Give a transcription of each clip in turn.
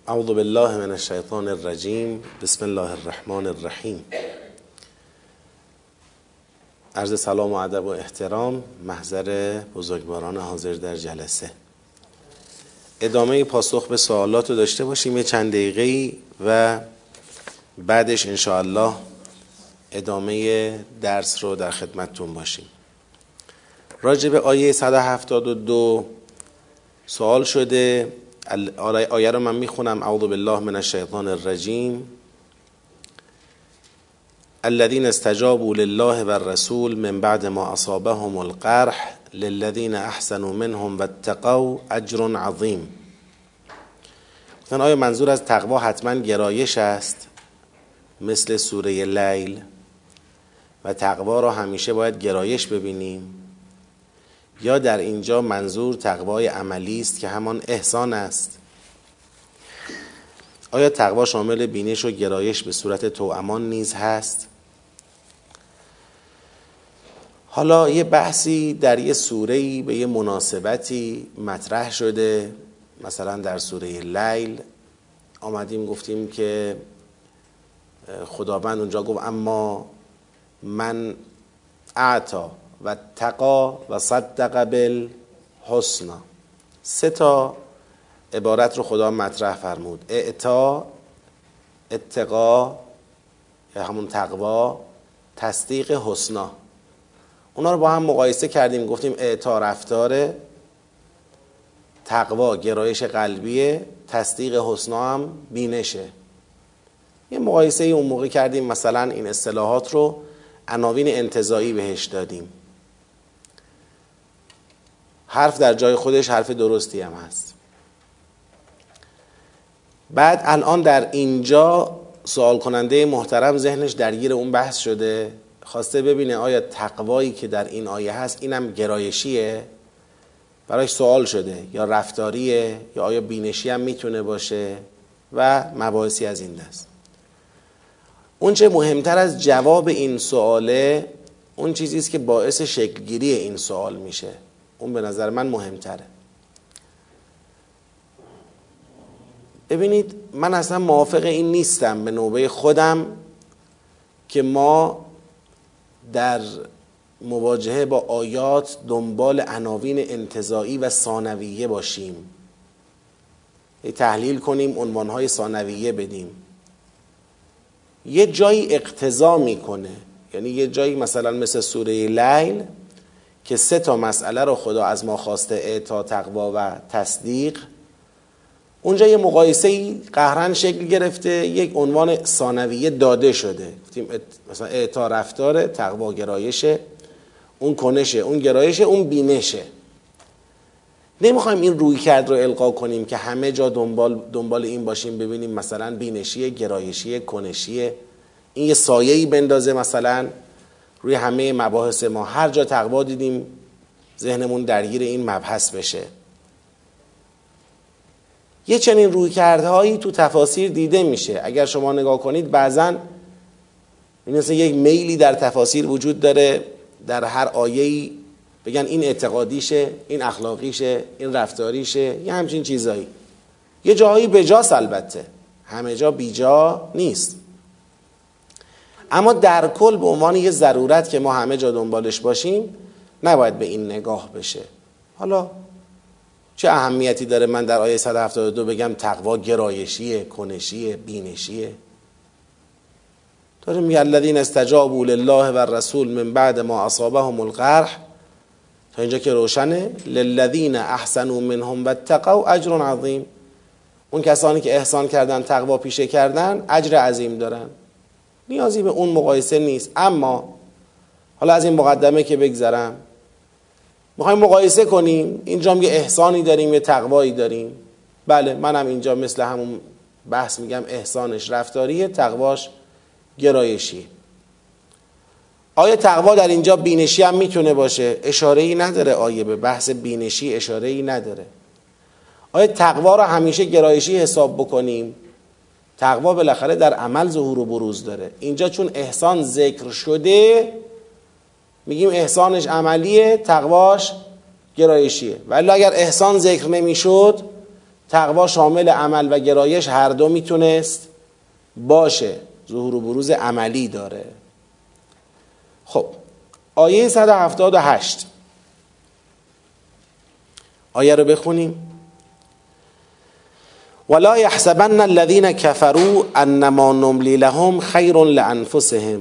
اعوذ بالله من الشیطان الرجیم. بسم الله الرحمن الرحیم. عرض سلام و ادب و احترام محضر بزرگواران حاضر در جلسه. ادامه پاسخ به سوالات رو داشته باشیم یه چند دقیقه‌ای و بعدش انشاءالله ادامه درس رو در خدمتتون باشیم. راجع به آیه 172 سوال شده. آیه رو من میخونم. اعوذ بالله من الشیطان الرجیم. الذين استجابوا لله والرسول من بعد ما اصابهم القرح للذين احسنوا منهم واتقوا اجر عظیم. گفتن آیا منظور از تقوا حتما گرایش است مثل سوره لیل و تقوا را همیشه باید گرایش ببینیم، یا در اینجا منظور تقوای عملی است که همان احسان است؟ آیا تقوا شامل بینش و گرایش به صورت توامان نیز هست؟ حالا یه بحثی در یه سوره‌ای به یه مناسبتی مطرح شده. مثلا در سوره لیل آمدیم گفتیم که خداوند اونجا گفت اما من اعطا و تقا و صدق بالحسنی. 3 عبارت رو خدا مطرح فرمود: اعطا، اتقا یا همون تقوا، تصدیق حسنا. اونا رو با هم مقایسه کردیم، گفتیم اعطا رفتاره، تقوا گرایش قلبیه، تصدیق حسنا هم بینشه. یه مقایسه اون موقع کردیم، مثلا این اصطلاحات رو عناوین انتزاعی بهش دادیم. حرف در جای خودش حرف درستی هم هست. بعد الان در اینجا سوال کننده محترم ذهنش درگیر اون بحث شده، خواسته ببینه آیا تقوایی که در این آیه هست اینم گرایشیه؟ براش سوال شده، یا رفتاریه، یا آیا بینشی هم میتونه باشه و مباحثی از این دست. اون چه مهمتر از جواب این سواله اون چیزی است که باعث شکلگیری این سوال میشه. اون به نظر من مهمتره. ببینید، من اصلا موافق این نیستم به نوبه خودم که ما در مواجهه با آیات دنبال عناوین انتزاعی و ثانویه باشیم، تحلیل کنیم، عنوانهای ثانویه بدیم. یه جایی اقتضا میکنه، یعنی یه جایی مثلا مثل سوره لیل که 3 مسئله رو خدا از ما خواسته، اعطا، تقوا و تصدیق، اونجا یه مقایسه‌ای قهرن شکل گرفته، یک عنوان ثانویه داده شده. گفتیم مثلا اعطا رفتاره، تقوا گرایشه، اون کنشه، اون گرایشه، اون بینشه. نمیخوایم این روی کرد رو القا کنیم که همه جا دنبال این باشیم ببینیم مثلا بینشیه، گرایشیه، کنشیه. این یه سایه‌ای بندازه مثلا روی همه مباحث ما، هر جا تقوا دیدیم ذهنمون درگیر این مبحث بشه. یه چنین رویکردهایی تو تفاسیر دیده میشه. اگر شما نگاه کنید بعضن مثل یک میلی در تفاسیر وجود داره، در هر آیه‌ای بگن این اعتقادیشه، این اخلاقیشه، این رفتاریشه، یه همچین چیزایی. یه جاهایی بجاست، البته همه جا بیجا نیست، اما در کل به عنوان یه ضرورت که ما همه جا دنبالش باشیم نباید به این نگاه بشه. حالا چه اهمیتی داره من در آیه 172 بگم تقوا گرایشیه، کنشیه، بینشیه؟ داره میگه الذین استجابوا لله و الرسول من بعد ما اصابهم القرح، تا اینجا که روشنه. للذین احسنوا منهم واتقوا اجر عظیم. اون کسانی که احسان کردن، تقوا پیشه کردن، اجر عظیم دارن. نیازی به اون مقایسه نیست. اما حالا از این مقدمه که بگذرم، میخوایم مقایسه کنیم. اینجا یه احسانی داریم، یه تقوایی داریم. بله، منم اینجا مثل همون بحث میگم احسانش رفتاریه، تقواش گرایشی. آیا تقوا در اینجا بینشی هم میتونه باشه؟ اشاره‌ای نداره آیه به بحث بینشی، اشاره‌ای نداره. آیا تقوا رو همیشه گرایشی حساب بکنیم؟ تقوا بالاخره در عمل ظهور و بروز داره. اینجا چون احسان ذکر شده میگیم احسانش عملیه، تقواش گرایشیه. ولی اگر احسان ذکر نمیشد تقوا شامل عمل و گرایش هر دو میتونست باشه، ظهور و بروز عملی داره. خب آیه 178 آیه رو بخونیم. ولا يحسبن الذين كفروا انما نملي لهم خير لانفسهم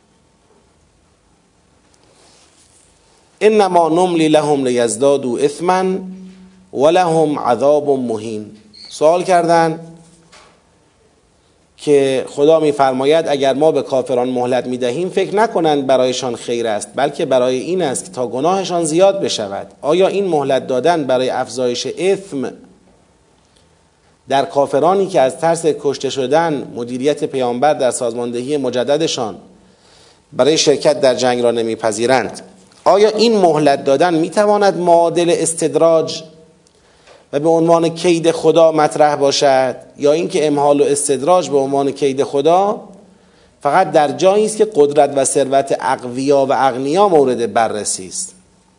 انما نملی لهم لیزدادوا اثما ولهم عذاب مهین. سوال کردن که خدا میفرماید اگر ما به کافران مهلت میدهیم فکر نکنند برایشان خیر است، بلکه برای این است که تا گناهشان زیاد بشود. آیا این مهلت دادن برای افزایش اثم در کافرانی که از ترس کشته شدن مدیریت پیامبر در سازماندهی مجددشان برای شرکت در جنگ را نمیپذیرند، آیا این مهلت دادن میتواند معادل استدراج و به عنوان کید خدا مطرح باشد، یا اینکه امهال و استدراج به عنوان کید خدا فقط در جایی است که قدرت و ثروت اقویا و اغنیا مورد بررسی است؟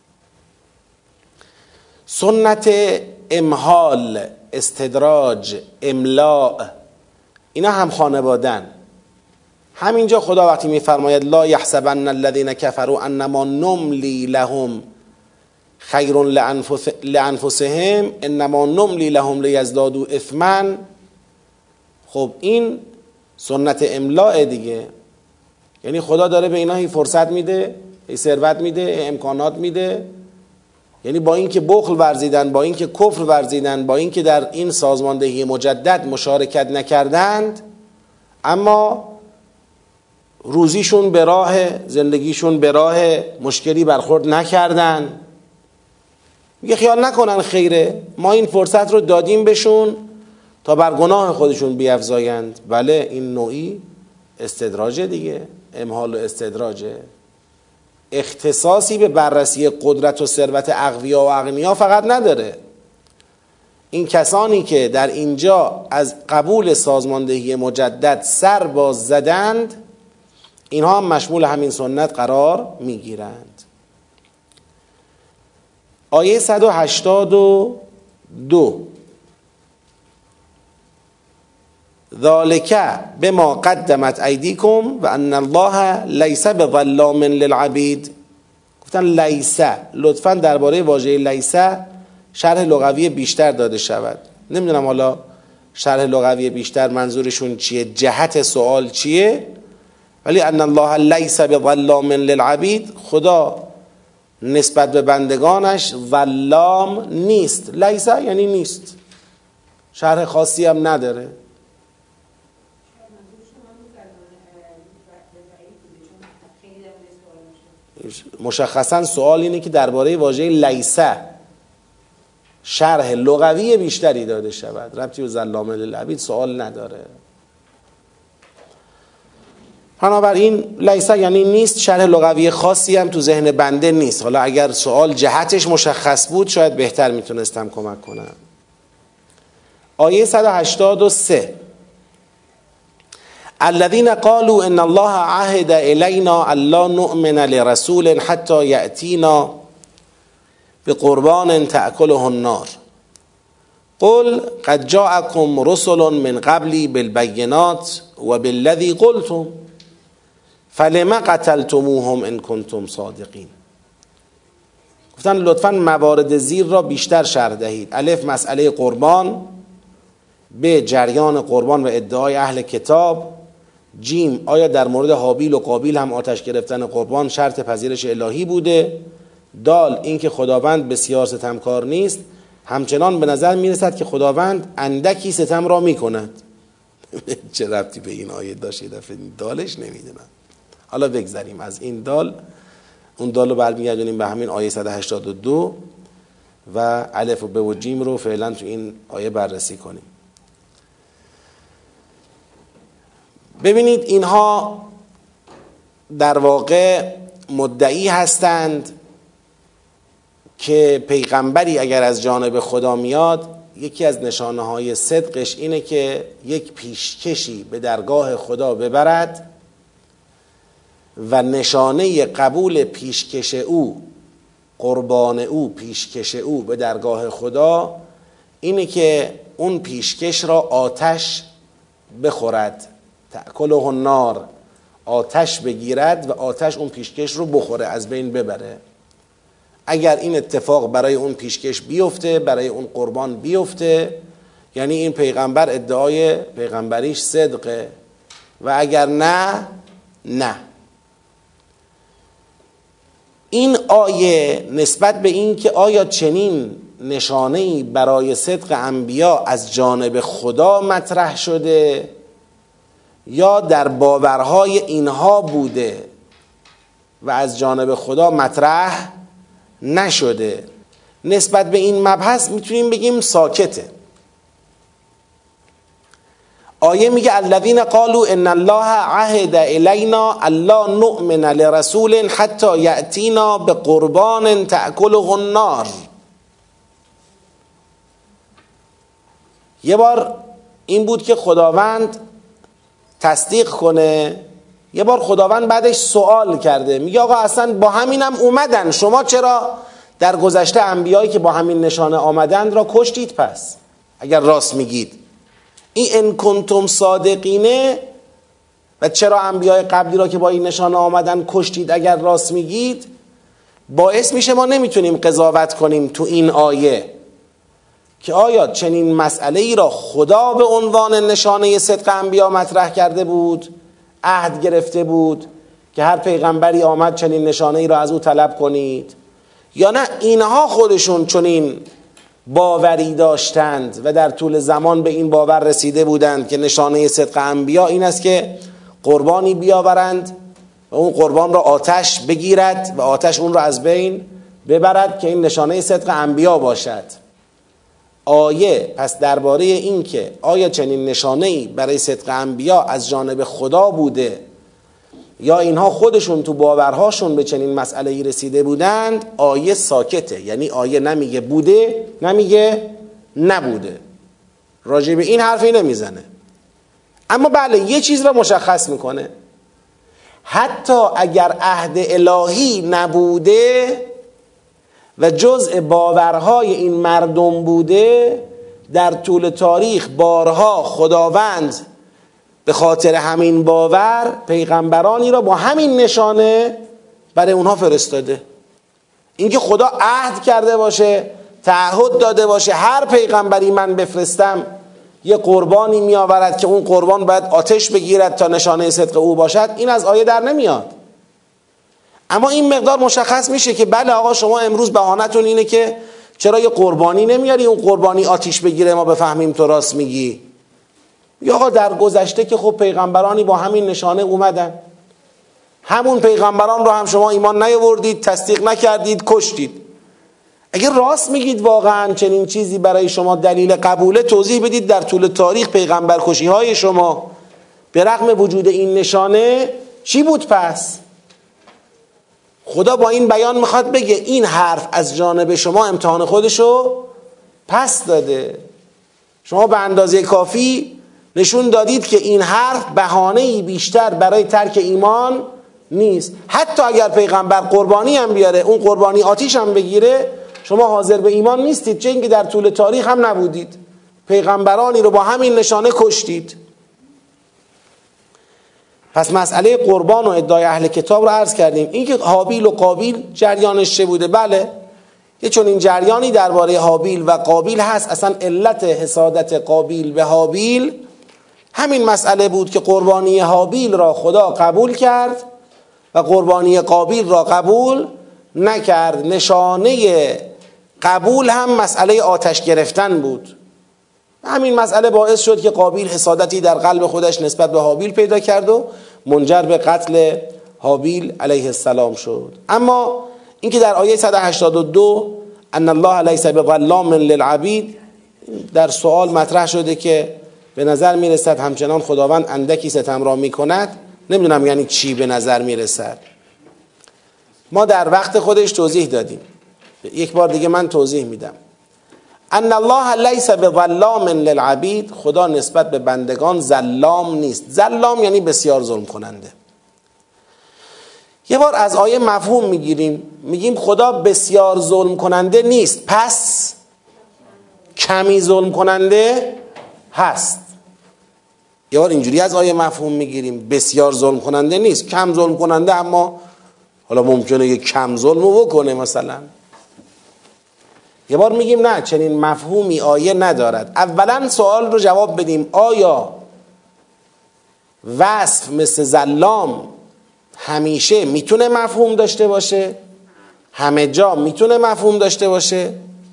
سنت امهال، استدراج، املاء، اینا هم خانوادن. همینجا خدا وقتی میفرماید لا یحسبن الذین کفروا انما نملی لهم خیر لانفسهم انما نملی لهم لیزدادوا اثما، خب این سنت املاء دیگه، یعنی خدا داره به اینا فرصت میده، ثروت میده، امکانات میده، یعنی با اینکه بخل ورزیدن، با اینکه کفر ورزیدن، با اینکه در این سازماندهی مجدد مشارکت نکردند، اما روزیشون به راه، زندگیشون به راه، مشکلی برخورد نکردن، میگه خیال نکنن خیره، ما این فرصت رو دادیم بهشون تا بر گناه خودشون بیفزایند. بله این نوعی استدراجه دیگه، امهال و استدراجه. اختصاصی به بررسی قدرت و ثروت اقویا و اغنیا فقط نداره. این کسانی که در اینجا از قبول سازماندهی مجدد سر باز زدند، اینها هم مشمول همین سنت قرار میگیرند. آیه 182 ذالک بما قدمت ایدیکم و ان الله لیس بظلام للعبید. گفتن لیس، لطفا درباره واژه لیس شرح لغوی بیشتر داده شود. نمیدونم حالا شرح لغوی بیشتر منظورشون چیه، جهت سوال چیه، ولی ان الله لیس بظلام للعبید، خدا نسبت به بندگانش ظلام نیست. لیس یعنی نیست، شرح خاصی هم نداره. مشخصا سوال اینه که درباره واژه لیسه شرح لغوی بیشتری داده شود. ربطی به ظلام للعبید سوال نداره. بنابراین لیسه یعنی نیست، شرح لغوی خاصی هم تو ذهن بنده نیست. حالا اگر سوال جهتش مشخص بود شاید بهتر میتونستم کمک کنم. آیه 183 الذين قالوا ان الله عهد الينا الا نؤمن لرسول حتى يأتينا بقربان تأكله النار قل قد جاءكم رسل من قبلي بالبينات وبالذي قلتم فلم قتلتموهم ان كنتم صادقين. گفتن لطفاً موارد زیر را بیشتر شرح دهید. الف مسئله قربان، به جریان قربان و ادعای اهل کتاب، جیم آیا در مورد هابیل و قابیل هم آتش گرفتن قربان شرط پذیرش الهی بوده، دال اینکه خداوند بسیار ستمکار نیست، همچنان به نظر میرسد که خداوند اندکی ستم را میکند. چه ربطی به این آیه داشت؟ یه دفعه دالش نمیدونم. حالا بگذاریم از این دال، اون دال رو برمیگردونیم به همین آیه 182 و الف و ب و جیم رو فعلا تو این آیه بررسی کنیم. ببینید اینها در واقع مدعی هستند که پیغمبری اگر از جانب خدا میاد، یکی از نشانه های صدقش اینه که یک پیشکشی به درگاه خدا ببرد و نشانه قبول پیشکش او، قربان او، پیشکش او به درگاه خدا اینه که اون پیشکش را آتش بخورد، تأکله النار، آتش بگیرد و آتش اون پیشکش رو بخوره، از بین ببره. اگر این اتفاق برای اون پیشکش بیفته، برای اون قربان بیفته، یعنی این پیغمبر ادعای پیغمبریش صدقه، و اگر نه، نه. این آیه نسبت به این که آیا چنین نشانه‌ای برای صدق انبیا از جانب خدا مطرح شده یا در باورهای اینها بوده و از جانب خدا مطرح نشده، نسبت به این مبحث میتونیم بگیم ساکته. آیه میگه الذین قالوا ان الله عهد الینا الا نؤمن لرسول حتی یأتینا بقربان تأکله النار. یه بار این بود که خداوند تصدیق کنه، یه بار خداوند بعدش سوال کرده، میگه آقا اصلا با همینم اومدن، شما چرا در گذشته انبیایی که با همین نشانه آمدند را کشتید؟ پس اگر راست میگید این ان کنتم صادقینه، و چرا انبیای قبلی را که با این نشانه آمدن کشتید اگر راست میگید، باعث میشه ما نمیتونیم قضاوت کنیم تو این آیه که آیا چنین مسئله ای را خدا به عنوان نشانه صدق انبیا مطرح کرده بود، عهد گرفته بود که هر پیغمبری آمد چنین نشانه ای را از او طلب کنید، یا نه اینها خودشون چنین باوری داشتند و در طول زمان به این باور رسیده بودند که نشانه صدق انبیا این است که قربانی بیاورند و اون قربان را آتش بگیرد و آتش اون را از بین ببرد که این نشانه صدق انبیا باشد. آیه پس درباره این که آیا چنین نشانه‌ای برای صدق انبیا از جانب خدا بوده یا اینها خودشون تو باورهاشون به چنین مسئله‌ای رسیده بودند، آیه ساکته. یعنی آیه نمیگه بوده، نمیگه نبوده، راجع به این حرفی نمیزنه. اما بله یه چیز را مشخص میکنه، حتی اگر عهد الهی نبوده و جزء باورهای این مردم بوده، در طول تاریخ بارها خداوند به خاطر همین باور پیغمبرانی را با همین نشانه برای اونها فرستاده. اینکه خدا عهد کرده باشه، تعهد داده باشه هر پیغمبری من بفرستم یه قربانی می آورد که اون قربان باید آتش بگیرد تا نشانه صدق او باشد، این از آیه در نمیاد. اما این مقدار مشخص میشه که بله آقا شما امروز بهانتون اینه که چرا یه قربانی نمیاری اون قربانی آتش بگیره ما بفهمیم تو راست میگی. یا آقا در گذشته که خب پیغمبرانی با همین نشانه اومدن، همون پیغمبران رو هم شما ایمان نیاوردید، تصدیق نکردید، کشتید. اگر راست میگید واقعا چنین چیزی برای شما دلیل قبوله، توضیح بدید در طول تاریخ پیغمبر کشی های شما به رغم وجود این نشانه چی بود؟ پس خدا با این بیان میخواد بگه این حرف از جانب شما امتحان خودشو پس داده، شما به اندازه کافی نشون دادید که این حرف بهانه‌ای بیشتر برای ترک ایمان نیست. حتی اگر پیغمبر قربانی هم بیاره، اون قربانی آتیش هم بگیره، شما حاضر به ایمان نیستید، چه اینکه در طول تاریخ هم نبودید، پیغمبرانی رو با همین نشانه کشتید. پس مسئله قربان و ادعای اهل کتاب رو عرض کردیم. اینکه هابیل و قابیل جریانش چه بوده، بله یه چون این جریانی درباره هابیل و قابیل هست. اصلا علت حسادت قابیل به هابیل همین مسئله بود که قربانی هابیل را خدا قبول کرد و قربانی قابیل را قبول نکرد. نشانه قبول هم مسئله آتش گرفتن بود. همین مسئله باعث شد که قابیل حسادتی در قلب خودش نسبت به هابیل پیدا کرد و منجر به قتل هابیل علیه السلام شد. اما اینکه در آیه 182 ان الله لیس بظلام للعبید در سوال مطرح شده که به نظر میرسد همچنان خداوند اندکی ستم را میکند، نمیدونم یعنی چی به نظر میرسد. ما در وقت خودش توضیح دادیم، یک بار دیگه من توضیح میدم. ان الله لیس بظلام للعبید، خدا نسبت به بندگان ظلام نیست. ظلام یعنی بسیار ظلم کننده. یه بار از آیه مفهوم میگیریم، میگیم خدا بسیار ظلم کننده نیست، پس کمی ظلم کننده هست. یه بار اینجوری از آیه مفهوم میگیریم بسیار ظلم کننده نیست، کم ظلم کننده، اما حالا ممکنه یه کم ظلمو بکنه مثلا. یه بار میگیم نه، چنین مفهومی آیه ندارد. اولا سوال رو جواب بدیم آیا وصف مثل ظلام همیشه میتونه مفهوم داشته باشه؟ همه جا میتونه مفهوم داشته باشه؟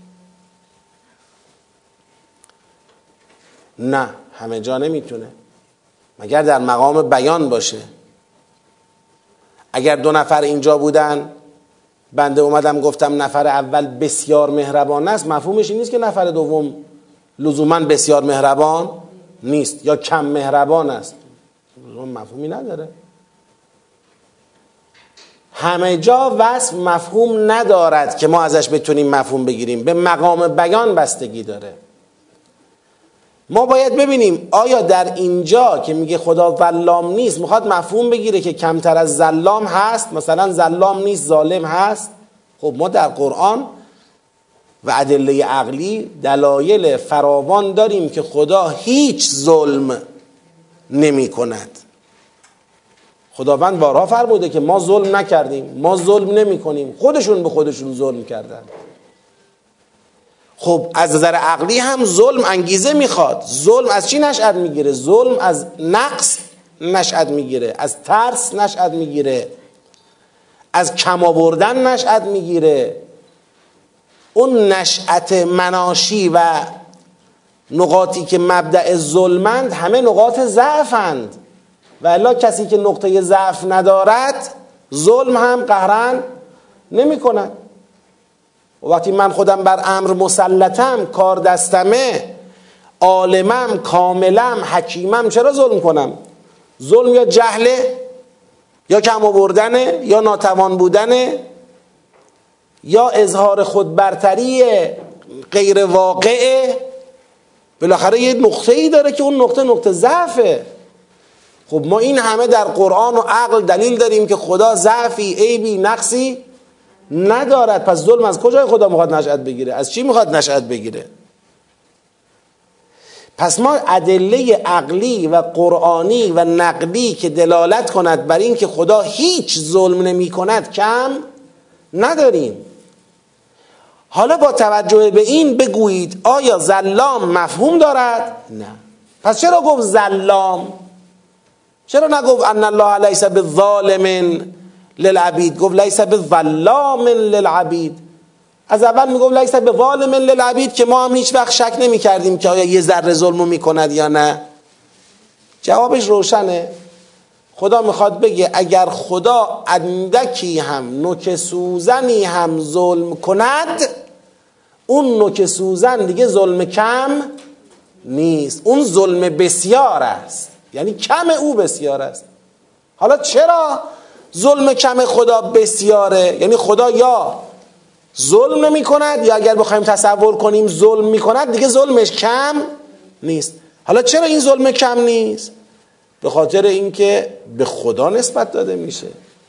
نه، همه جا نمیتونه، مگر در مقام بیان باشه. اگر دو نفر اینجا بودن، بنده اومدم گفتم نفر اول بسیار مهربان است، مفهومش این نیست که نفر دوم لزوما بسیار مهربان نیست یا کم مهربان است، مفهومی نداره. همه جا وصف مفهوم ندارد که ما ازش بتونیم مفهوم بگیریم، به مقام بیان بستگی داره. ما باید ببینیم آیا در اینجا که میگه خدا ظلام نیست میخواد مفهوم بگیره که کمتر از ظلام هست، مثلا ظلام نیست ظالم هست. خب ما در قرآن و ادله عقلی دلایل فراوان داریم که خدا هیچ ظلم نمی کند. خداوند بارها فرموده که ما ظلم نکردیم، ما ظلم نمی کنیم، خودشون به خودشون ظلم کردن. خب از نظر عقلی هم ظلم انگیزه میخواد. ظلم از چی نشأت میگیره؟ ظلم از نقص نشأت میگیره، از ترس نشأت میگیره، از کم آوردن نشأت میگیره. اون نشأت مناشی و نقاطی که مبدأ ظلمند همه نقاط ضعفند، و الا کسی که نقطه ضعف ندارد ظلم هم قهرن نمی کند. و وقتی من خودم بر امر مسلطم، کار دستمه، عالمم، کاملم، حکیمم، چرا ظلم کنم؟ ظلم یا جهله، یا کم آوردنه، یا ناتوان بودنه، یا اظهار خودبرتری غیر واقعه. بالاخره یه نقطه‌ای داره که اون نقطه ضعفه. خب ما این همه در قرآن و عقل دلیل داریم که خدا ضعفی، عیبی، نقصی ندارد. پس ظلم از کجای خدا میخواد نشأت بگیره؟ از چی میخواد نشأت بگیره؟ پس ما ادله عقلی و قرآنی و نقلی که دلالت کند بر این که خدا هیچ ظلم نمی کند کم نداریم. حالا با توجه به این بگویید آیا ظلام مفهوم دارد؟ نه. پس چرا گفت ظلام؟ چرا نگفت ان الله لیس بالظالم للعبید؟ گفت لیس بالظلام للعبید. از اول میگفت لیس بظالم للعبید که ما هم هیچ وقت شک نمی کردیم که آیا یه ذره ظلمو میکند یا نه. جوابش روشنه. خدا میخواد بگه اگر خدا اندکی هم نوک سوزنی هم ظلم کند، اون نوک سوزن دیگه ظلم کم نیست، اون ظلم بسیار است، یعنی کم او بسیار است. حالا چرا ظلم کم خدا بسیاره؟ یعنی خدا یا ظلم نمی کند، یا اگر بخوایم تصور کنیم ظلم می کند، دیگه ظلمش کم نیست. حالا چرا این ظلم کم نیست؟ به خاطر اینکه به خدا نسبت داده میشه.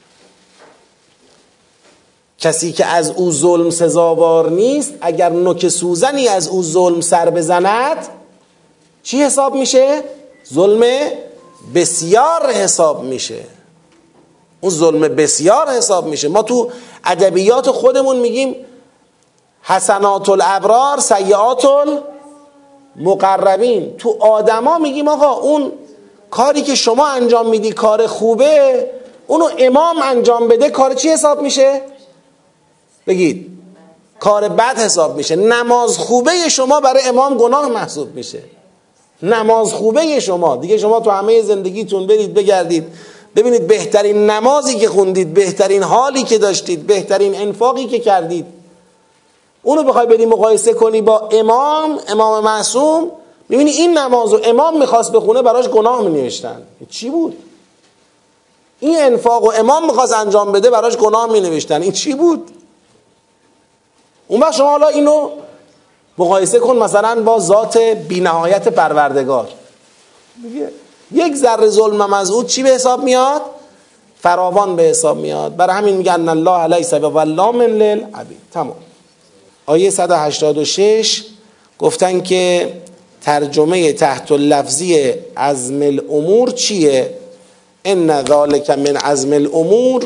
کسی که از او ظلم سزاوار نیست، اگر نوک سوزنی از او ظلم سر بزند چی حساب میشه؟ ظلم بسیار حساب میشه. اون ظلم بسیار حساب میشه. ما تو ادبیات خودمون میگیم حسنات الابرار سیئات المقربین. تو آدما میگیم آقا اون کاری که شما انجام میدی کار خوبه، اونو امام انجام بده کار چی حساب میشه؟ بگید. کار بد حساب میشه. نماز خوبه شما برای امام گناه محسوب میشه. نماز خوبه شما، دیگه شما تو همه زندگیتون برید بگردید ببینید بهترین نمازی که خوندید، بهترین حالی که داشتید، بهترین انفاقی که کردید، اونو بخوای بدی مقایسه کنی با امام معصوم، میبینی این نمازو امام میخواست بخونه براش گناه مینوشتن. چی بود؟ این انفاقو امام میخواست انجام بده براش گناه مینوشتن. این چی بود؟ اون وقت شما حالا اینو مقایسه کن مثلا با ذات بی‌نهایت پروردگار، میگه یک ذره ظلمم از او چی به حساب میاد؟ فراوان به حساب میاد. برای همین میگن الله لیس بظلام للعبید. تمام. آیه 186 گفتن که ترجمه تحت اللفظی عزم الامور چیه؟ ان ذالک من عزم الامور،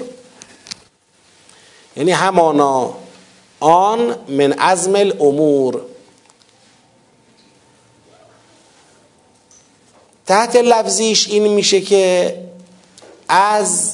یعنی همانا آن من عزم الامور. تحت لفظیش این میشه که از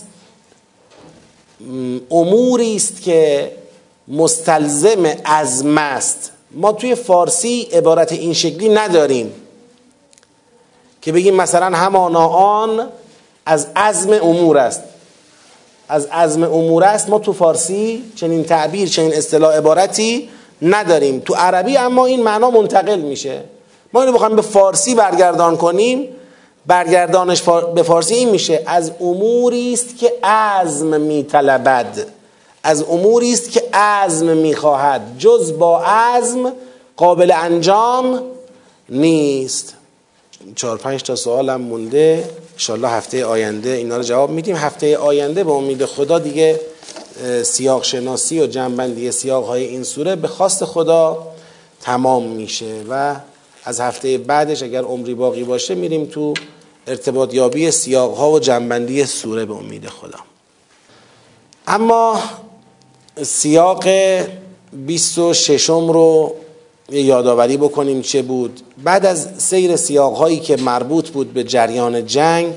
اموری است که مستلزم عزم است. ما توی فارسی عبارت این شکلی نداریم که بگیم مثلا همانا آن از عزم امور است. از عزم امور است ما تو فارسی چنین تعبیر، چنین اصطلاح عبارتی نداریم. تو عربی اما این معنا منتقل میشه. ما اینو بخوایم به فارسی برگردان کنیم، برگردانش به فارسی این میشه: از اموری است که عزم میطلبد، از اموری است که عزم میخواهد، جز با عزم قابل انجام نیست. 4-5 تا سوالم مونده، انشالله هفته آینده اینا رو جواب میدیم. هفته آینده به امید خدا دیگه سیاق شناسی و جنبندی سیاق های این سوره به خواست خدا تمام میشه و از هفته بعدش اگر عمری باقی باشه میریم تو ارتباط یابی سیاق ها و جنبندی سوره به امید خدا. اما سیاق 26 رو یادآوری بکنیم چه بود. بعد از سیر سیاق هایی که مربوط بود به جریان جنگ،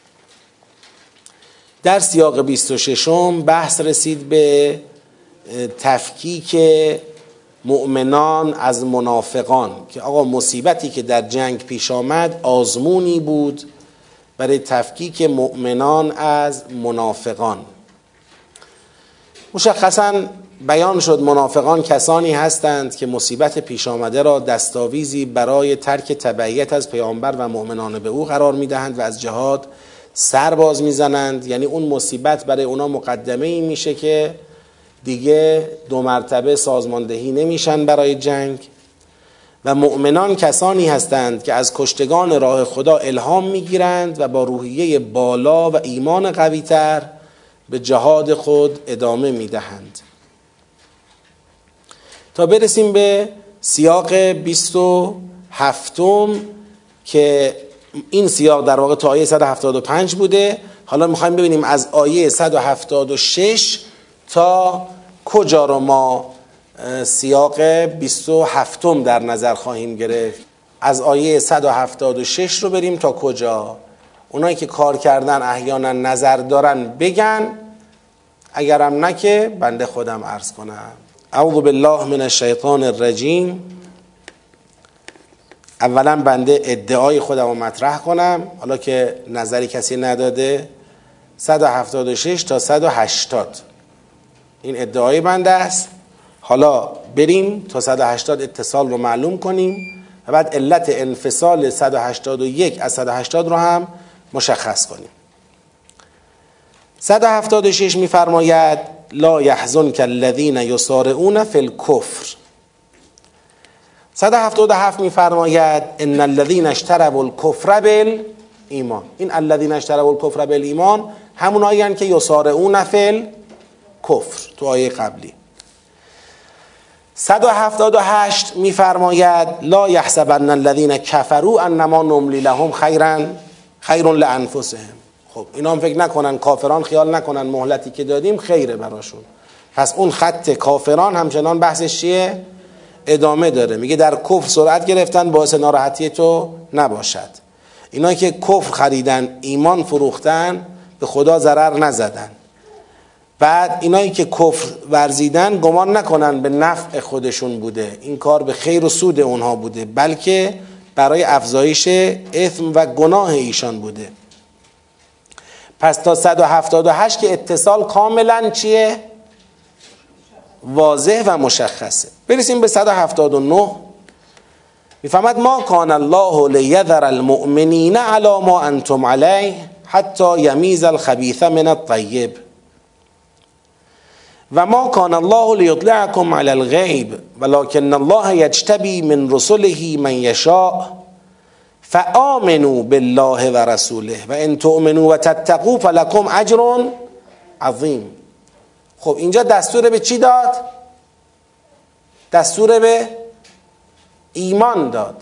در سیاق 26 بحث رسید به تفکیک مؤمنان از منافقان، که آقا مصیبتی که در جنگ پیش آمد آزمونی بود برای تفکیک مؤمنان از منافقان. مشخصاً بیان شد منافقان کسانی هستند که مصیبت پیش آمده را دستاویزی برای ترک تبعیت از پیامبر و مؤمنان به او قرار میدهند و از جهاد سر باز میزنند. یعنی اون مصیبت برای اونا مقدمه ای میشه که دیگه 2 مرتبه سازماندهی نمیشن برای جنگ. و مؤمنان کسانی هستند که از کشتگان راه خدا الهام میگیرند و با روحیه بالا و ایمان قوی‌تر به جهاد خود ادامه میدهند. تا برسیم به سیاق 27 که این سیاق در واقع تا آیه 175 بوده. حالا میخوایم ببینیم از آیه 176 تا کجا رو ما سیاق 27 در نظر خواهیم گرفت. از آیه 176 رو بریم تا کجا؟ اونایی که کار کردن احیانا نظر دارن بگن، اگرم نه که بنده خودم عرض کنم. اعوذ بالله من الشیطان الرجیم. اولا بنده ادعای خودم رو مطرح کنم، حالا که نظری کسی نداده. 176 تا 180 این ادعای بنده است. حالا بریم تا 180 اتصال رو معلوم کنیم و بعد علت انفصال 181 از 180 رو هم مشخص کنیم. 176 میفرماید: لا یحزنک الذین یسارعون فی الکفر. 177 میفرماید: ان الذین اشتروا الکفر بالایمان. این الذین اشتروا الکفر بالایمان همونایی هستند که یسارعون فی الکفر تو آیه قبلی. 178 میفرماید: لا یحسبن الذین کفروا انما نملی لهم خیر لانفسهم. خب اینا هم فکر نکنن، کافران خیال نکنن مهلتی که دادیم خیره براشون. پس اون خط کافران همچنان بحثش چیه؟ ادامه داره. میگه در کفر سرعت گرفتن باعث ناراحتی تو نباشد. اینایی که کفر خریدن ایمان فروختن به خدا ضرر نزدن. بعد اینایی که کفر ورزیدن گمان نکنن به نفع خودشون بوده، این کار به خیر و سود اونها بوده، بلکه برای افزایش اثم و گناه ایشان بوده. پس تا 178 که اتصال کاملا چیه؟ واضح و مشخصه. برسیم به 179. میفهمد: ما کان الله لیذر المؤمنین علی ما انتم علیه حتی یمیز الخبیث من الطیب و ما کان الله لیطلعکم علی الغیب ولکن الله یجتبی من رسله من یشاء فآمنوا بالله و رسوله و ان تؤمنوا و تتقوا فلکم اجر عظیم. خب اینجا دستور به چی داد؟ دستور به ایمان داد.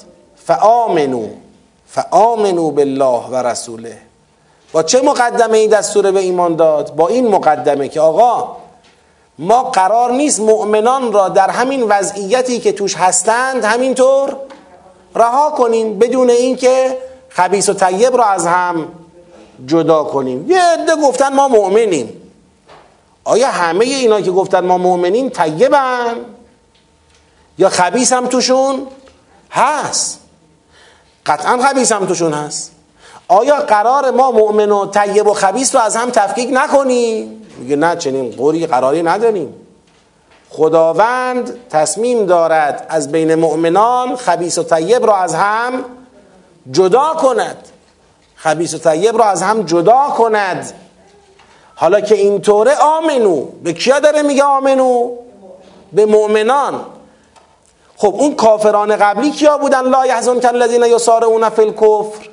فآمنوا بالله و رسوله. با چه مقدمه این دستور به ایمان داد؟ با این مقدمه که آقا ما قرار نیست مؤمنان را در همین وضعیتی که توش هستند همینطور رها کنیم بدون اینکه خبیث و طیب را از هم جدا کنیم. یه عده گفتن ما مؤمنیم. آیا همه اینا که گفتن ما مؤمنیم طیبن یا خبیث هم توشون هست؟ قطعا خبیث هم توشون هست. آیا قرار ما مؤمن و طیب و خبیث رو از هم تفکیک نکنیم؟ میگه نه، چنین قراری نداریم. خداوند تصمیم دارد از بین مؤمنان خبیث و طیب را از هم جدا کند. خبیث و طیب را از هم جدا کند. حالا که اینطوره آمنو، به کیا داره میگه آمنو؟ به مؤمنان. خب اون کافران قبلی کیا بودن؟ لا یحزنک الذین یسارعون فی الکفر.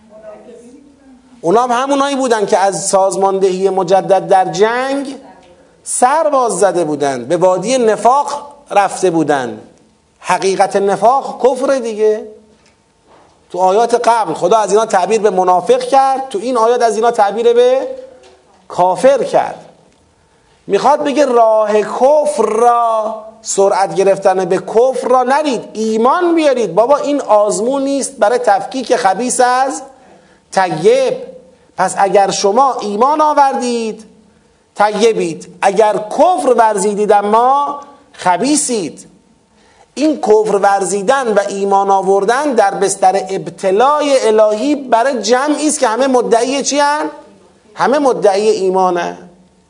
اونا هم همونایی بودن که از سازماندهی مجدد در جنگ سر باز زده بودن، به وادی نفاق رفته بودن. حقیقت نفاق کفر دیگه. تو آیات قبل خدا از اینا تعبیر به منافق کرد، تو این آیات از اینا تعبیر به کافر کرد. میخواد بگه راه کفر را، سرعت گرفتن به کفر را نرید، ایمان بیارید. بابا این آزمون نیست برای تفکیک خبیث از طیب. پس اگر شما ایمان آوردید طیبید، اگر کفر ورزیدید اما خبیثید. این کفر ورزیدن و ایمان آوردن در بستر ابتلای الهی برای جمعی است که همه مدعی چی هستند؟ همه مدعی ایمانه.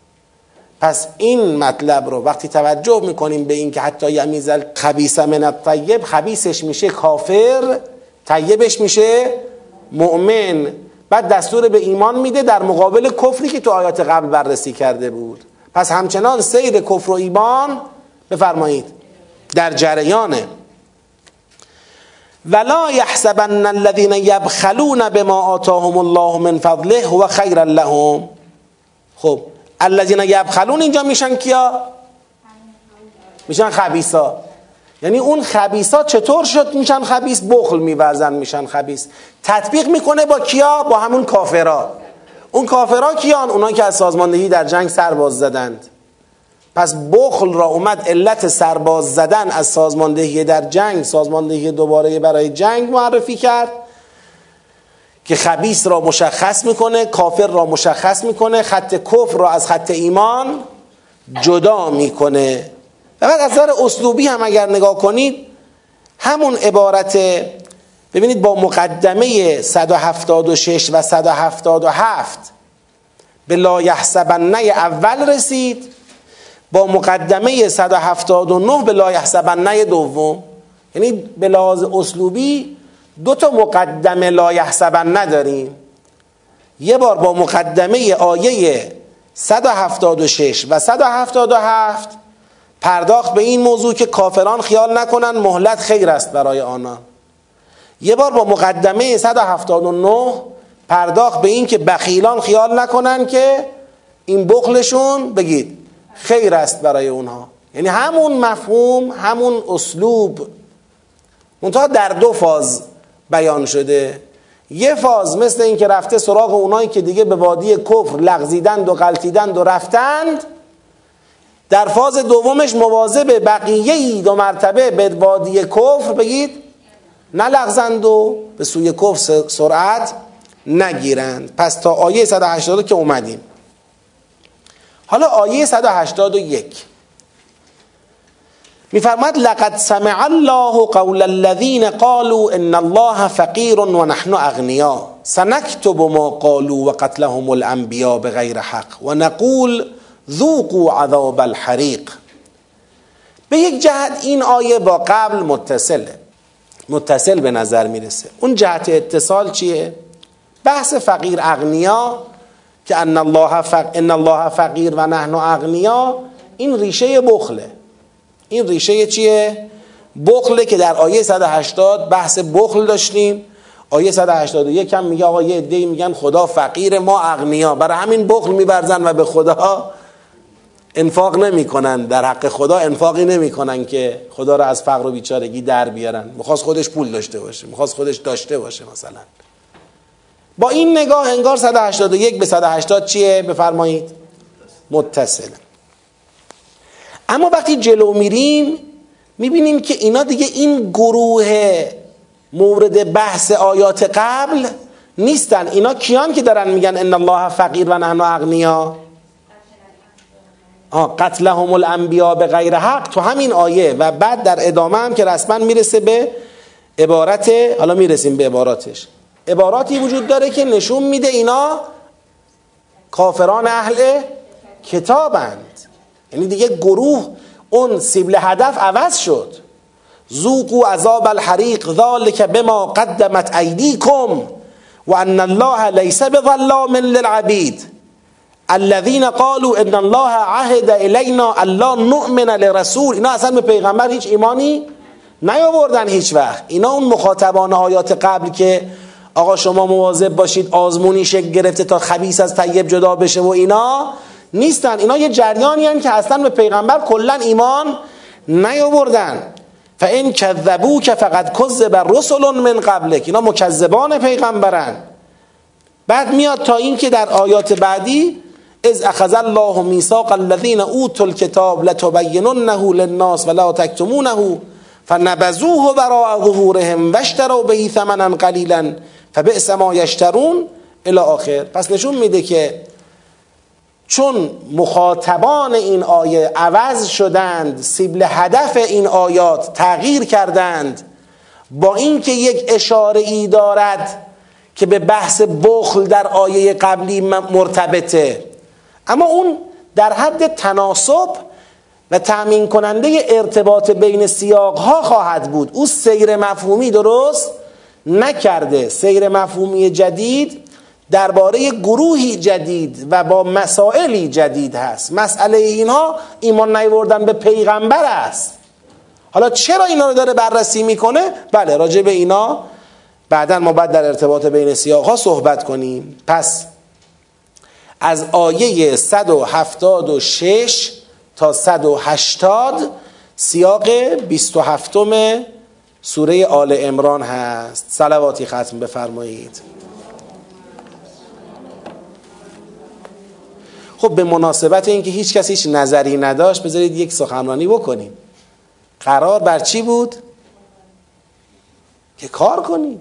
پس این مطلب رو وقتی توجه میکنیم به این که حتی یمیز الخبیث من الطیب، خبیثش میشه کافر، طیبش میشه مؤمن، بعد دستور به ایمان میده در مقابل کفری که تو آیات قبل بررسی کرده بود. پس همچنان سیر کفر و ایمان بفرمایید در جریانه. ولا یحسبن الذین یبخلون بما آتاهم الله من فضله هو خیرا لهم. خب الذین یبخلون اینجا میشن کیا؟ میشن خبیثا. یعنی اون خبیثا چطور شد میشن خبیث؟ بخل میورزن میشن خبیث. تطبیق میکنه با کیا؟ با همون کافرا. اون کافرا کیان؟ اونا که از سازماندهی در جنگ سرباز زدند. پس بخل را اومد علت سرباز زدن از سازماندهی در جنگ، سازماندهی دوباره برای جنگ معرفی کرد که خبیث را مشخص میکنه، کافر را مشخص میکنه، خط کفر را از خط ایمان جدا میکنه. فقط از نظر اسلوبی هم اگر نگاه کنید همون عبارت، ببینید با مقدمه 176 و 177 به لا یحسبنه اول رسید، با مقدمه 179 به لا یحسبنه دوم. یعنی به لحاظ اسلوبی دو تا مقدمه لا یحسبنه داریم. یه بار با مقدمه آیه 176 و 177 پرداخت به این موضوع که کافران خیال نکنن مهلت خیر است برای آنان. یه بار با مقدمه 179 پرداخت به این که بخیلان خیال نکنن که این بخلشون بگید خیر است برای اونها. یعنی همون مفهوم، همون اسلوب، منتها در دو فاز بیان شده. یه فاز مثل این که رفته سراغ اونایی که دیگه به وادی کفر لغزیدند و غلطیدند و رفتند، در فاز دومش مواظب بقیه دو مرتبه به وادی کفر بگید نلغزند و به سوی کفر سرعت نگیرند. پس تا آیه 180 که اومدیم. حالا آیه 181 میفرماد لقد سمع الله قول الذين قالوا ان الله فقير ونحن اغنياء سنكتب ما قالوا وقتلهم الانبياء بغير حق ونقول ذوقوا عذاب الحریق. به یک جهت این آیه با قبل متصل به نظر میرسه. اون جهت اتصال چیه؟ بحث فقیر اغنیا که ان الله فقیر و نحن اغنیا، این ریشه بخله. این ریشه چیه؟ بخله که در آیه 180 بحث بخل داشتیم. آیه 181 هم میگه آقا یه عده‌ای میگن خدا فقیر ما اغنیا، برای همین بخل می‌ورزن و به خدا انفاق نمی کنن در حق خدا، انفاقی نمی کنن که خدا را از فقر و بیچارگی در بیارن. میخواست خودش پول داشته باشه، میخواست خودش داشته باشه مثلا. با این نگاه انگار 181 به 180 چیه؟ بفرمایید متصل. اما وقتی جلو میریم میبینیم که اینا دیگه این گروه مورد بحث آیات قبل نیستن. اینا کیان که دارن میگن ان الله فقیر و نحن اغنیا؟ قتلهم الانبیاء به غیر حق تو همین آیه و بعد در ادامه هم که رسما میرسه به عبارت، حالا میرسیم به عباراتش، عباراتی وجود داره که نشون میده اینا کافران اهل کتابند. یعنی دیگه گروه اون سیبل هدف عوض شد. ذوقوا عذاب الحریق ذلک بما قدمت ایدیکم و ان الله لیس بظلام للعبید الذین قالوا ان الله عهد الینا الا نؤمن لرسول. اینا اصلا به پیغمبر هیچ ایمانی نیاوردن هیچ وقت. اینا اون مخاطبان آیات قبل که آقا شما مواظب باشید آزمونی شکل گرفته تا خبیث از طیب جدا بشه و اینا نیستن. اینا یه جریانی هستن که اصلا به پیغمبر کلا ایمان نیاوردن. فان کذبوک فقد کذب الرسل من قبلک. اینا مکذبان پیغمبرن. بعد میاد تا این که در آیات بعدی اذ اخذ الله میثاق الذین اوتوا الکتاب لتبیننه للناس ولا تکتمونه فنبذوه وراء ظهورهم واشتروا به ثمنا قلیلا فبئس ما یشترون الی آخر. پس نشون میده که چون مخاطبان این آیه عوض شدند، سیبل هدف این آیات تغییر کردند، با اینکه یک اشاره ای دارد که به بحث بخل در آیه قبلی مرتبطه، اما اون در حد تناسب و تأمین کننده ارتباط بین سیاقها خواهد بود. او سیر مفهومی درست نکرده. سیر مفهومی جدید درباره گروهی جدید و با مسائلی جدید هست. مسئله اینها ایمان نیاوردن به پیغمبر است. حالا چرا اینا رو داره بررسی میکنه؟ بله راجع به اینا بعداً ما باید در ارتباط بین سیاقها صحبت کنیم. پس از آیه 176 تا 180 سیاق 27 سوره آل عمران هست. صلواتی ختم بفرمایید. خب به مناسبت اینکه هیچ کسی هیچ نظری نداشت بذارید یک سخنرانی بکنیم. قرار بر چی بود؟ که کار کنید،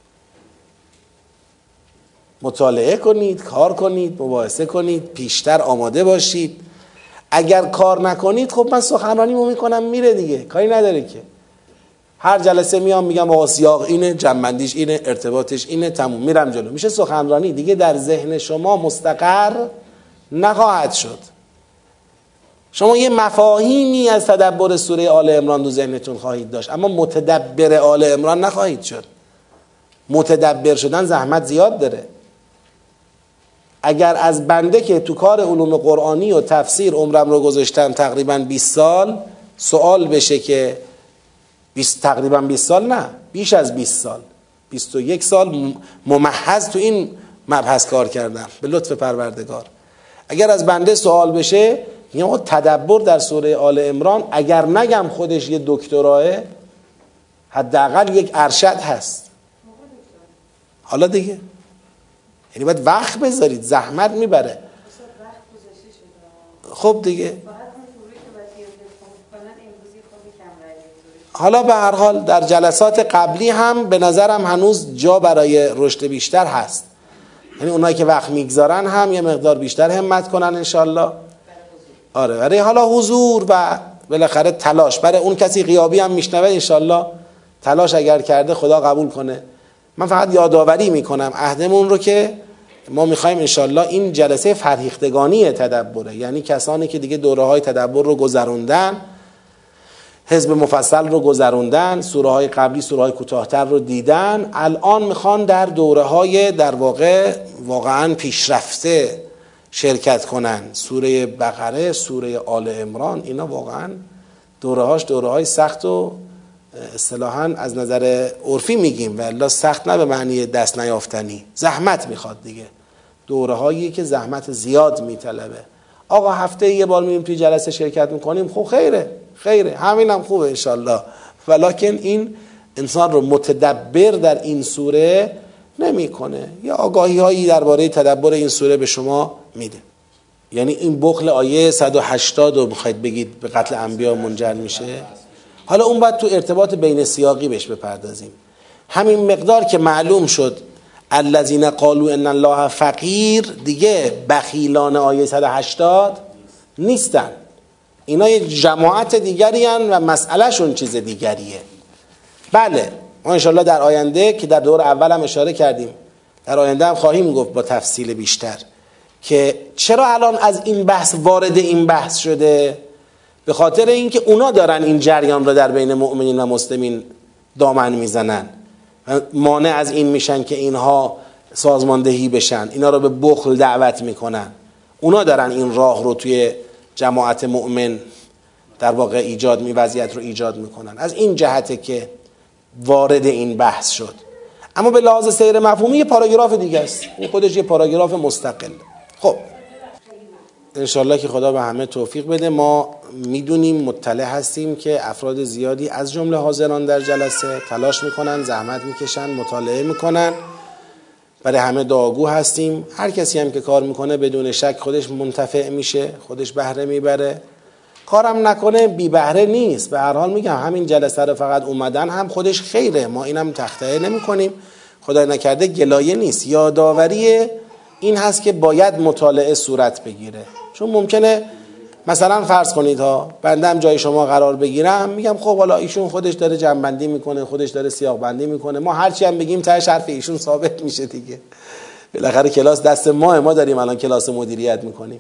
مطالعه کنید، کار کنید، مباحثه کنید، پیشتر آماده باشید. اگر کار نکنید خب من سخنرانیمو میکنم میره دیگه، کاری نداره که. هر جلسه میام میگم آقا سیاق اینه، جنبندیش اینه، ارتباطش اینه، تموم، میرم جلو. میشه سخنرانی دیگه در ذهن شما مستقر نخواهد شد. شما یه مفاهیمی از تدبر سوره آل عمران تو ذهنتون خواهید داشت اما متدبر آل عمران نخواهید شد. متدبر شدن زحمت زیاد داره. اگر از بنده که تو کار علوم قرآنی و تفسیر عمرم رو گذاشتم تقریبا 20 سال سوال بشه که تقریبا 20 سال نه، بیش از 20 سال 21 سال ممحض تو این مبحث کار کردم به لطف پروردگار. اگر از بنده سوال بشه یعنی تدبر در سوره آل عمران اگر نگم خودش یه دکتراه حداقل یک ارشد هست. حالا دیگه یعنی باید وقت بذارید، زحمت میبره. خب دیگه حالا به هر حال در جلسات قبلی هم به نظرم هنوز جا برای رشد بیشتر هست. یعنی اونایی که وقت میگذارن هم یه مقدار بیشتر همت کنن انشالله. آره برای حالا حضور و بالاخره تلاش برای اون کسی غیابی هم میشنوه انشالله تلاش اگر کرده خدا قبول کنه. من فقط یادآوری میکنم عهدمون رو که ما میخوایم انشالله این جلسه فرهیختگانی تدبره، یعنی کسانی که دیگه دوره های تدبر رو گذروندن، حزب مفصل رو گذروندن، سوره های قبلی سوره های کوتاه‌تر رو دیدن، الان میخوان در دوره های در واقع واقعا پیشرفته شرکت کنن. سوره بقره، سوره آل عمران، اینا واقعا دوره های سخت و اصطلاحاً از نظر عرفی میگیم و الا سخت نه به معنی دست نیافتنی، زحمت میخواد دیگه. دوره هایی که زحمت زیاد میطلبه. آقا هفته یه بار میریم توی جلسه شرکت میکنیم، خب خیره همینم خوبه انشالله، ولکن این انسان رو متدبر در این سوره نمیکنه. یا آگاهی هایی درباره تدبر این سوره به شما میده. یعنی این بخل آیه 180 رو میخواید بگید به قتل انبیا منجر میشه؟ حالا اون باید تو ارتباط بین سیاقی بهش بپردازیم. همین مقدار که معلوم شد الذین قالوا ان الله فقیر، دیگه بخیلان آیه 180 نیستن. اینا یه جماعت دیگری هن و مسئله شون چیز دیگریه. بله ما انشالله در آینده که در دور اول هم اشاره کردیم، در آینده هم خواهیم گفت با تفصیل بیشتر که چرا الان از این بحث وارد این بحث شده. به خاطر اینکه اونا دارن این جریان رو در بین مؤمنین و مسلمین دامن میزنن، مانع از این میشن که اینها سازماندهی بشن، اینا رو به بخل دعوت میکنن. اونا دارن این راه رو توی جماعت مؤمن در واقع وضعیت رو ایجاد میکنن. از این جهته که وارد این بحث شد. اما به لحاظ سیر مفهومی یه پاراگراف دیگه است، این خودش یه پاراگراف مستقل. خب انشالله که خدا به همه توفیق بده. ما میدونیم، مطلع هستیم که افراد زیادی از جمله حاضران در جلسه تلاش میکنن، زحمت میکشن، مطالعه میکنن، برای همه دعاگو هستیم. هر کسی هم که کار میکنه بدون شک خودش منتفع میشه، خودش بهره میبره. کارم نکنه بی بهره نیست. به هر حال میگم همین جلسه رو فقط اومدن هم خودش خیره، ما اینم تخطئه نمیکنیم، خدای نکرده گلایه نیست. یادآوری این هست که باید مطالعه صورت بگیره. چون ممکنه مثلا فرض کنید بنده هم جای شما قرار بگیرم، میگم خب حالا ایشون خودش داره جمع‌بندی میکنه، خودش داره سیاق بندی میکنه، ما هرچی هم بگیم تهش حرف ایشون ثابت میشه دیگه. بالاخره کلاس دست ما داریم الان کلاس مدیریت میکنیم.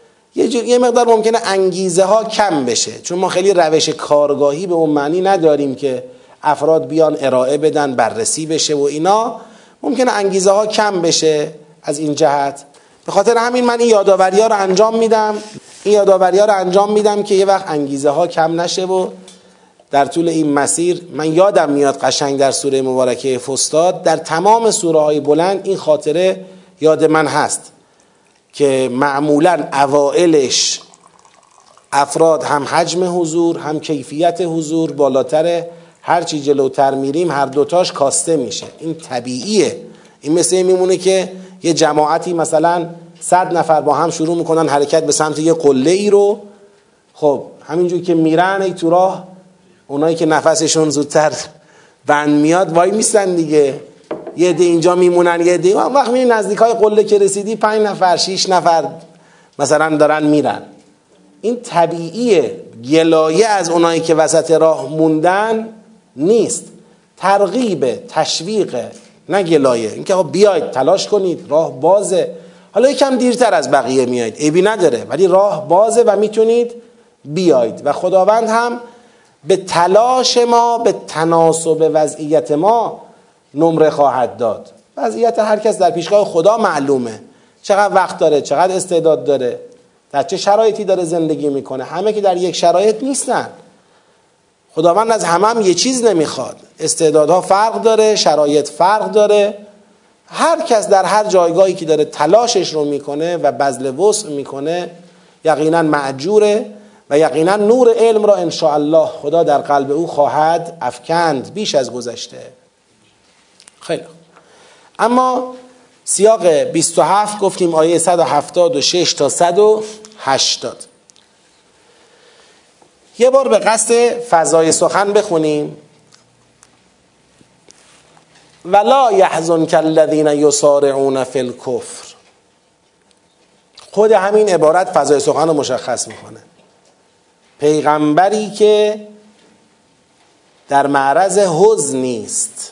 یه مقدار ممکنه انگیزه ها کم بشه، چون ما خیلی روش کارگاهی به اون معنی نداریم که افراد بیان ارائه بدن، بررسی بشه و اینا. ممکنه انگیزه ها کم بشه از این جهت. به خاطر همین من این یادآوری ها رو انجام میدم که یه وقت انگیزه ها کم نشه و در طول این مسیر. من یادم میاد قشنگ در سوره مبارکه فستاد، در تمام سوره های بلند این خاطره یاد من هست که معمولاً اوائلش افراد هم حجم حضور هم کیفیت حضور بالاتره، هرچی جلوتر میریم هر دوتاش کاسته میشه. این طبیعیه. این مثل میمونه که یه جماعتی مثلا 100 نفر با هم شروع میکنن حرکت به سمت یه قله ای رو، خب همینجور که میرن ای تو راه اونایی که نفسشون زودتر بند میاد وای میستن دیگه، یه عده اینجا میمونن، یه عده وقت میبینی نزدیکای قله که رسیدی 5 نفر 6 نفر مثلا دارن میرن. این طبیعیه. گلایه از اونایی که وسط راه موندن نیست، ترغیب، تشویق، نه گلایه. اینکه بیاید تلاش کنید، راه بازه، حالا یکم دیرتر از بقیه میایید عیبی نداره، ولی راه بازه و میتونید بیاید و خداوند هم به تلاش ما، به تناسب وضعیت ما نمره خواهد داد. وضعیت هر کس در پیشگاه خدا معلومه، چقدر وقت داره، چقدر استعداد داره، در چه شرایطی داره زندگی میکنه. همه که در یک شرایط نیستن. خداوند از همه هم یه چیز نمیخواد. استعدادها فرق داره، شرایط فرق داره. هر کس در هر جایگاهی که داره تلاشش رو میکنه و بذل وسع میکنه یقینا مأجوره و یقینا نور علم را ان شاء الله خدا در قلب او خواهد افکند بیش از گذشته. خیلی خوب. اما سیاق 27 گفتیم آیه 176 تا 180. یه بار به قصد فضای سخن بخونیم. ولا یحزنک الذین یسارعون فی الکفر. خود همین عبارت فضای سخن رو مشخص میکنه. پیغمبری که در معرض حزن نیست.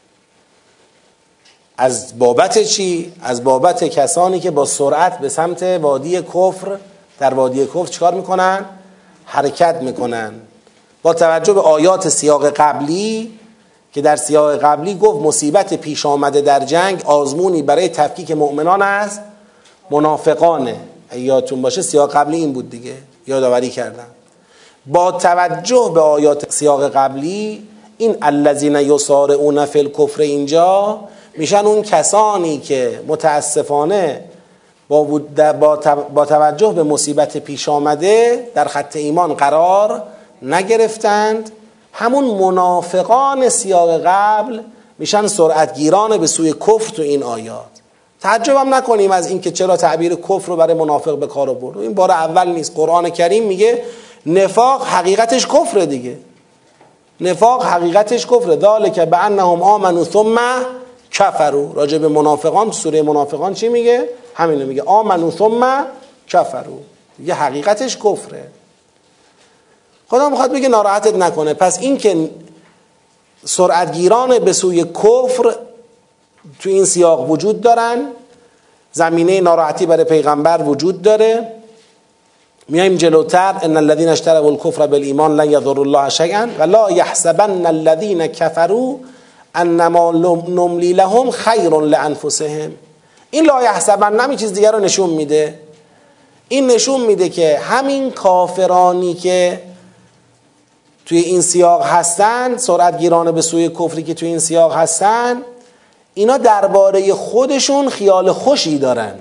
از بابت چی؟ از بابت کسانی که با سرعت به سمت وادی کفر، در وادی کفر چیکار میکنن؟ حرکت میکنن. با توجه به آیات سیاق قبلی که در سیاق قبلی گفت مصیبت پیش آمده در جنگ آزمونی برای تفکیک مؤمنان است منافقانه. یادتون باشه سیاق قبلی این بود دیگه، یادآوری کردم. با توجه به آیات سیاق قبلی این الذین یسارعون فی الکفر اینجا میشن اون کسانی که متاسفانه با توجه به مصیبت پیش آمده در خط ایمان قرار نگرفتند. همون منافقان سیاق قبل میشن سرعتگیران به سوی کفر تو این آیات. تعجب هم نکنیم از اینکه چرا تعبیر کفر رو برای منافق به کار برد. این بار اول نیست. قرآن کریم میگه نفاق حقیقتش کفره دیگه. نفاق حقیقتش کفره. ذالک بانهم آمنوا ثم کفروا. راجع به منافقان تو سوره منافقان چی میگه؟ همینو میگه آمنوا ثم کفروا. دیگه حقیقتش کفره. خدا میخواد بگه ناراحتت نکنه. پس این که سرعتگیران به سوی کفر تو این سیاق وجود دارن، زمینه ناراحتی برای پیغمبر وجود داره. میایم جلوتر ان الذين اشتروا الكفر بالایمان لن يضروا الله شيئا ولا يحسبن الذين كفروا انما نملي لهم خير لانفسهم. این لا يحسبن همین چیز دیگر رو نشون میده. این نشون میده که همین کافرانی که توی این سیاق هستن، سرعتگیران به سوی کفری که توی این سیاق هستن، اینا درباره خودشون خیال خوشی دارن.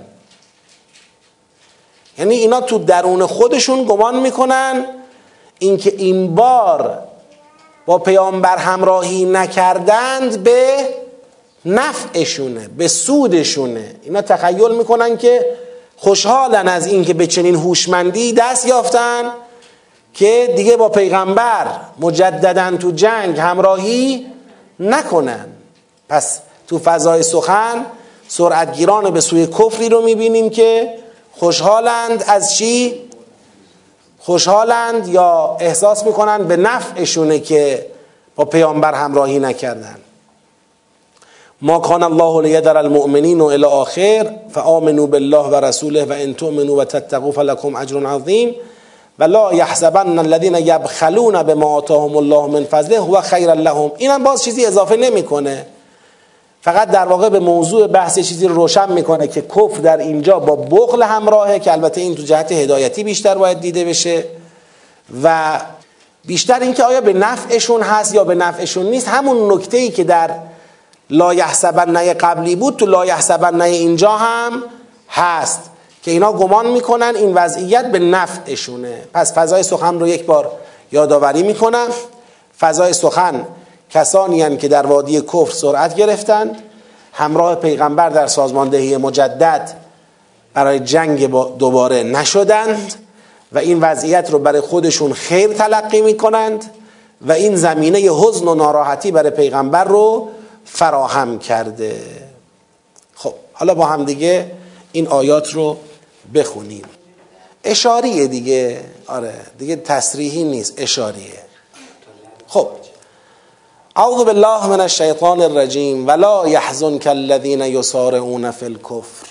یعنی اینا تو درون خودشون گمان میکنن اینکه این بار با پیامبر همراهی نکردند به نفعشونه، به سودشونه. اینا تخیل میکنن که خوشحالن از اینکه به چنین هوشمندی دست یافتن که دیگه با پیغمبر مجدداً تو جنگ همراهی نکنن. پس تو فضای سخن سرعتگیران به سوی کفری رو میبینیم که خوشحالند از چی؟ خوشحالند یا احساس میکنن به نفعشونه که با پیامبر همراهی نکردن. ما کان الله لیذر المؤمنین الی آخر فآمنوا بالله و رسوله و ان تؤمنوا و تتقوا فلکم اجر عظیم ولا یحسبن الذین یبخلون بما آتاهم الله من فضله هو خیر لهم. اینم باز چیزی اضافه نمیکنه، فقط در واقع به موضوع بحث چیزی رو روشن میکنه که کفر در اینجا با بخل همراهه، که البته این تو جهت هدایتی بیشتر باید دیده بشه و بیشتر اینکه آیا به نفعشون هست یا به نفعشون نیست. همون نکته‌ای که در لا یحسبن قبلی بود تو لا یحسبن اینجا هم هست که اینا گمان میکنن این وضعیت به نفعشونه. پس فضای سخن رو یک بار یادآوری میکنم. فضای سخن کسانی هستند که در وادی کفر سرعت گرفتند، همراه پیغمبر در سازماندهی مجدد برای جنگ دوباره نشدند و این وضعیت رو برای خودشون خیر تلقی میکنند و این زمینه حزن و ناراحتی برای پیغمبر رو فراهم کرده. خب حالا با هم دیگه این آیات رو بخونیم. اشاریه دیگه، آره دیگه تصریحی نیست، اشاریه. خب اعوذ بالله من الشیطان الرجیم ولا يحزنك الذين يسارعون في الكفر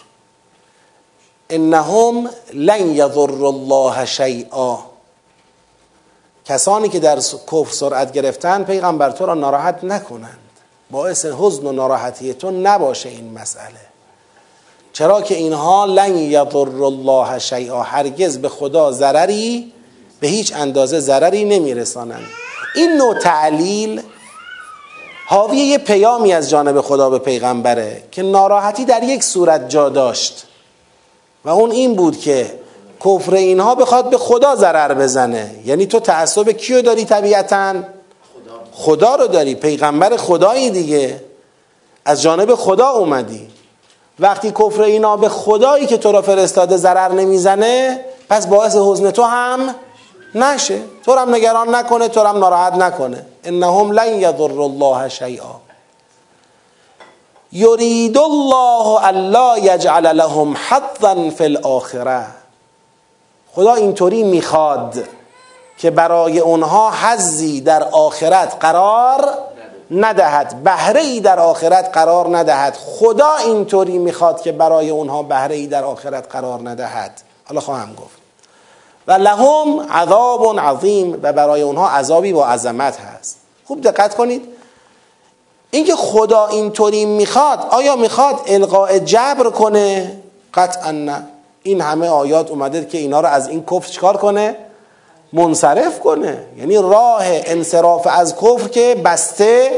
انهم لن يضروا الله شيئا. کسانی که در کفر سرعت گرفتن پیغمبر تو را ناراحت نکنند، باعث حزن و ناراحتی تو نباشه این مسئله. چرا که اینها لن یضر الله شیئا، هرگز به خدا ضرری به هیچ اندازه ضرری نمیرسانند. این نوع تعلیل حاوی یه پیامی از جانب خدا به پیغمبره که ناراحتی در یک صورت جا داشت و اون این بود که کفر اینها بخواد به خدا ضرر بزنه. یعنی تو تعصب کیو داری؟ طبیعتاً خدا رو داری، پیغمبر خدایی دیگه، از جانب خدا اومدی. وقتی کفر اینا به خدایی که تو را فرستاده ضرر نمیزنه، پس باعث حزن تو هم نشه، تو هم نگران نکنه، تو هم ناراحت نکنه. انهم لن یضر الله شیئا یرید الله الا یجعل لهم حظا فی الاخره. خدا اینطوری میخواد که برای اونها حظی در آخرت قرار ندهد، بهره‌ای در آخرت قرار ندهد. خدا اینطوری میخواد که برای اونها بهره‌ای در آخرت قرار ندهد. حالا خواهم گفت. و لهم عذاب عظیم، و برای اونها عذابی با عظمت هست. خوب دقت کنید، اینکه خدا اینطوری میخواد، آیا میخواد القاء جبر کنه؟ قطعا نه. این همه آیات اومده که اینا رو از این کفر چکار کنه؟ منصرف کنه. یعنی راه انصراف از کفر که بسته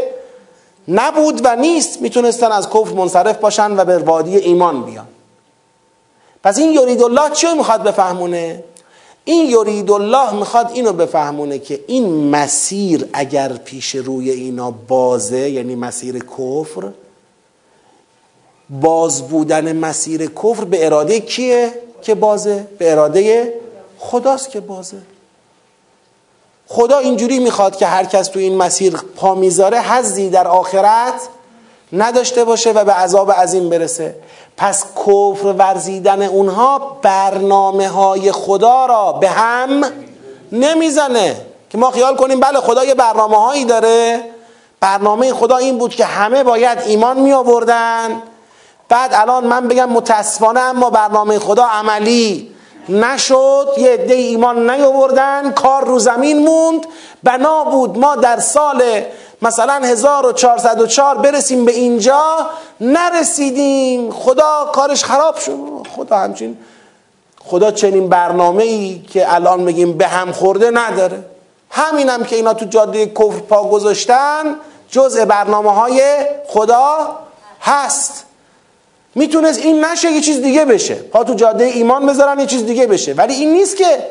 نبود و نیست، میتونستن از کفر منصرف باشن و به وادی ایمان بیان. پس این یرید الله چیو میخواد بفهمونه؟ این یرید الله میخواد اینو بفهمونه که این مسیر اگر پیش روی اینا بازه، یعنی مسیر کفر، باز بودن مسیر کفر به اراده کیه که بازه؟ به اراده خداست که بازه. خدا اینجوری میخواد که هر کس تو این مسیر پا میذاره حظی در آخرت نداشته باشه و به عذاب عظیم برسه. پس کفر ورزیدن اونها برنامه های خدا را به هم نمیزنه که ما خیال کنیم بله خدا یه برنامه هایی داره. برنامه خدا این بود که همه باید ایمان می آوردن، بعد الان من بگم متاسفانه اما برنامه خدا عملی نشد، یه عده ایمان نیاوردن، کار رو زمین موند، بنا بود ما در سال مثلا 1404 برسیم به اینجا، نرسیدیم، خدا کارش خراب شد. خدا چنین برنامه‌ای که الان بگیم به هم خورده نداره. همینم که اینا تو جاده کفر پا گذاشتن جزء برنامه‌های خدا هست. میتونست این نشه یه چیز دیگه بشه، پا تو جاده ایمان بذارن یه چیز دیگه بشه، ولی این نیست که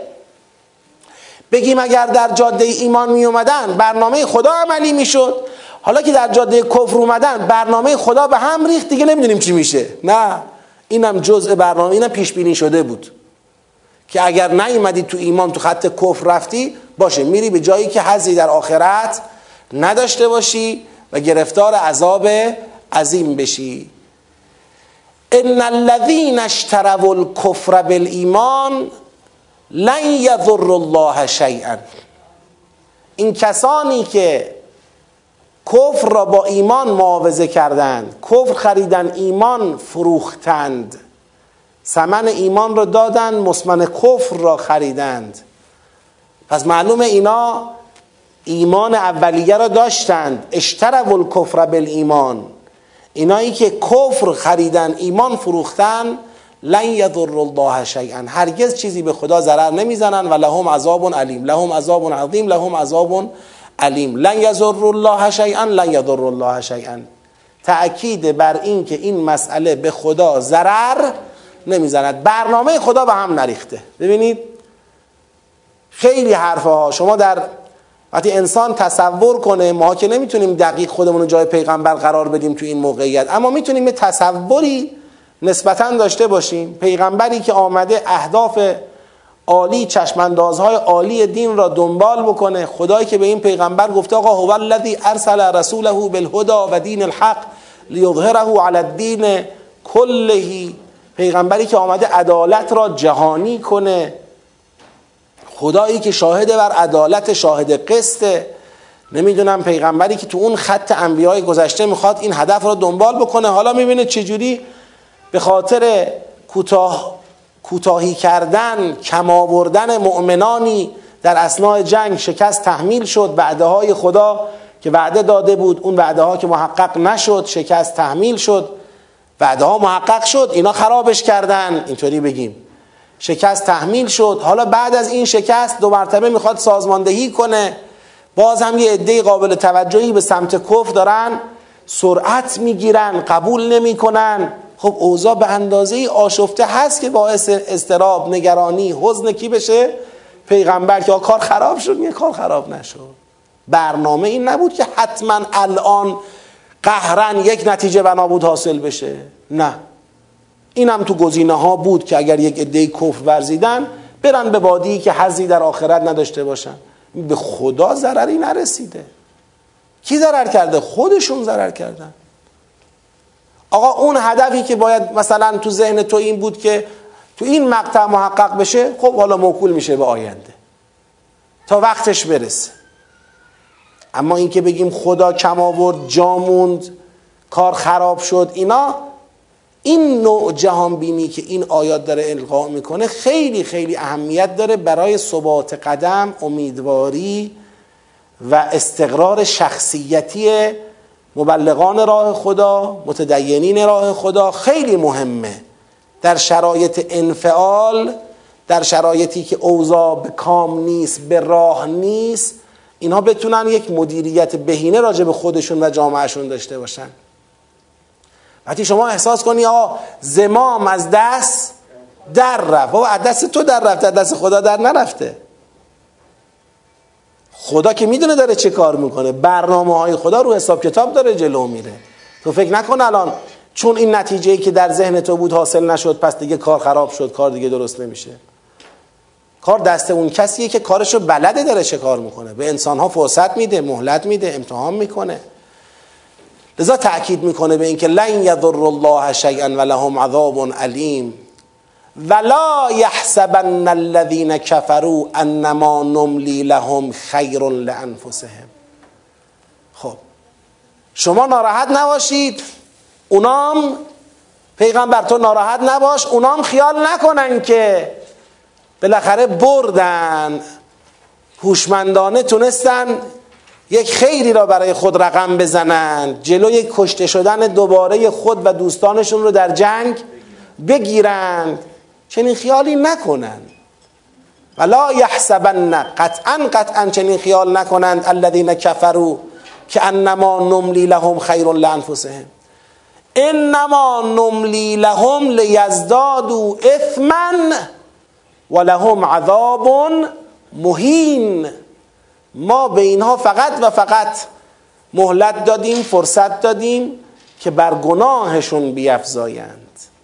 بگیم اگر در جاده ایمان می اومدن برنامه خدا عملی میشد، حالا که در جاده کفر اومدن برنامه خدا به هم ریخت دیگه نمیدونیم چی میشه. نه، اینم جزء برنامه، اینم پیش بینی شده بود که اگر نیومدی تو ایمان تو خط کفر رفتی باشه میری به جایی که حظی در آخرت نداشته باشی و گرفتار عذاب عظیم بشی. ان الذين اشتروا الكفر بالایمان لن یضر الله شیئا. این کسانی که کفر را با ایمان معاوضه کردند، کفر خریدن ایمان فروختند، ثمن ایمان را دادند مسمن کفر را خریدند. پس معلومه اینا ایمان اولیه را داشتند. اشتروا الکفر بالایمان، اینایی که کفر خریدن ایمان فروختن، لن یضر الله شیئا، هرگز چیزی به خدا ضرر نمیزنن و لهم عذاب علیم، لهم عذاب عظیم، لهم عذاب علیم. لن یضر الله شیئا، لن یضر الله شیئا، تأکید بر این که این مسئله به خدا ضرر نمیزند، برنامه خدا به هم نریخته. ببینید خیلی حرفه ها شما در وقتی انسان تصور کنه، ما که نمیتونیم دقیق خودمون رو جای پیغمبر قرار بدیم تو این موقعیت، اما میتونیم یه تصوری نسبتاً داشته باشیم. پیغمبری که آمده اهداف عالی، چشماندازهای عالی دین را دنبال بکنه، خدایی که به این پیغمبر گفته آقا هو الذی ارسل رسوله بالهدى و دین الحق لیظهره علی الدین کله، پیغمبری که آمده عدالت را جهانی کنه، خدایی که شاهد بر عدالت، شاهد قسطه، نمیدونم پیغمبری که تو اون خط انبیای گذشته میخواد این هدف را دنبال بکنه. حالا میبینه چجوری به خاطر کوتاهی کردن، کم آوردن مؤمنانی در اثناء جنگ شکست تحمیل شد. وعده های خدا که وعده داده بود، اون وعده ها که محقق نشد، شکست تحمیل شد. وعده ها محقق شد، اینا خرابش کردن، اینطوری بگیم شکست تحمیل شد. حالا بعد از این شکست دو مرتبه میخواد سازماندهی کنه، باز هم یه عده قابل توجهی به سمت کفر دارن سرعت میگیرن، قبول نمیکنن. خب اوضاع به اندازه‌ای آشفته هست که باعث اضطراب، نگرانی، حزن کی بشه؟ پیغمبر که کار خراب شد. یه کار خراب نشد، برنامه این نبود که حتما الان قهرن یک نتیجه بنا بود حاصل بشه. نه، اینم تو گزینه ها بود که اگر یک عده کفر ورزیدن برن به وادی که حظی در آخرت نداشته باشن. به خدا ضرری نرسیده. کی ضرر کرده؟ خودشون ضرر کردن. آقا اون هدفی که باید مثلا تو ذهن تو این بود که تو این مقطع محقق بشه، خب حالا موکول میشه به آینده تا وقتش برسه. اما این که بگیم خدا کم آورد، جا موند، کار خراب شد، اینا، این نوع جهان بینی که این آیات داره القا میکنه خیلی خیلی اهمیت داره برای ثبات قدم، امیدواری و استقرار شخصیتی مبلغان راه خدا، متدینین راه خدا. خیلی مهمه در شرایط انفعال، در شرایطی که اوضاع به کام نیست، به راه نیست، اینها بتونن یک مدیریت بهینه راجع به خودشون و جامعهشون داشته باشن. وقتی شما احساس کنی آقا زمام از دست در رفت. بابا از دست تو در رفته، از دست خدا در نرفته. خدا که میدونه داره چه کار میکنه، برنامه های خدا رو حساب کتاب داره جلو میره. تو فکر نکن الان چون این نتیجه‌ای که در ذهن تو بود حاصل نشد پس دیگه کار خراب شد، کار دیگه درست نمیشه. کار دست اون کسیه که کارشو بلده، داره چه کار میکنه، به انسانها فرصت میده، مهلت میده، امتحان میکنه. لذا تأکید میکنه به اینکه لن یضر الله شیئا ولهم عذاب علیم ولا یحسبن الذین کفروا انما نملی لهم خیر لانفسهم. خب شما ناراحت نباشید، اونام پیغمبر تو ناراحت نباش، اونام خیال نکنن که بالاخره بردن، هوشمندانه تونستن یک خیری را برای خود رقم بزنن، جلوی کشته شدن دوباره خود و دوستانشون رو در جنگ بگیرند. چنین خیالی نکنن. ولا یحسبن، قطعا چنین خیال نکنند الذین کفروا که انما نملی لهم خیر لانفسهم انما نملی لهم لیزدادوا اثما ولهم عذاب مهین. ما به اینها فقط و فقط مهلت دادیم، فرصت دادیم که بر گناهشون بیفزایند.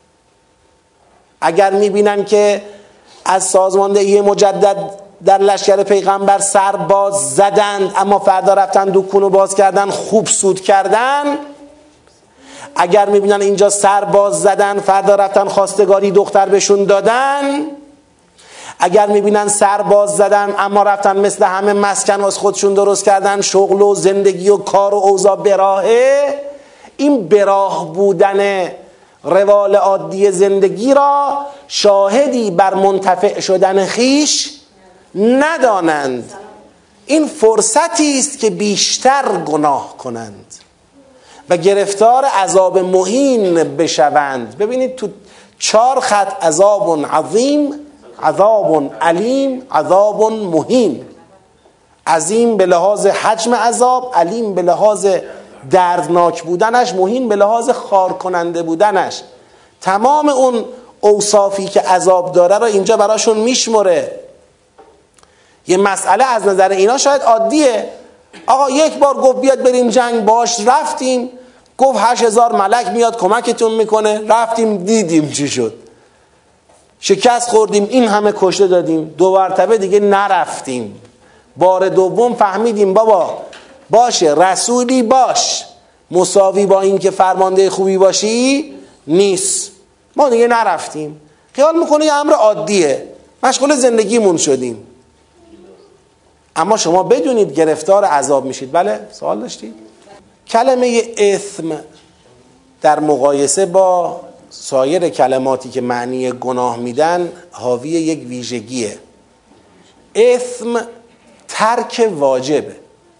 اگر میبینن که از سازماندهی مجدد در لشکر پیغمبر سر باز زدند اما فردا رفتن دکونو باز کردن، خوب سود کردن. اگر میبینن اینجا سر باز زدن فردا رفتن خواستگاری دختر بهشون دادن، اگر میبینن سر باز زدن اما رفتن مثل همه مسکن از خودشون درست کردن، شغل و زندگی و کار و اوضاع براهه، این براه بودن روال عادی زندگی را شاهدی بر منتفع شدن خیش ندانند. این فرصتی است که بیشتر گناه کنند و گرفتار عذاب مهین بشوند. ببینید تو 4 خط: عذاب عظیم، عذاب علیم، عذاب مهین. عظیم به لحاظ حجم عذاب، علیم به لحاظ دردناک بودنش، مهین به لحاظ خار کننده بودنش. تمام اون اوصافی که عذاب داره را اینجا براشون میشمره. یه مسئله از نظر اینا شاید عادیه، آقا یک بار گفت بیاد بریم جنگ، باش رفتیم، گفت 8000 ملک میاد کمکتون میکنه، رفتیم دیدیم چی شد، شکست خوردیم، این همه کشته دادیم، 2 مرتبه دیگه نرفتیم. بار دوم فهمیدیم بابا باشه رسولی باش، مساوی با این که فرمانده خوبی باشی نیست، ما دیگه نرفتیم. خیال میکنه یه امر عادیه، مشغول زندگیمون شدیم. اما شما بدونید گرفتار عذاب میشید. بله سوال داشتید؟ کلمه اثم در مقایسه با سایر کلماتی که معنی گناه میدن حاوی یک ویژگیه. اثم ترک واجبه،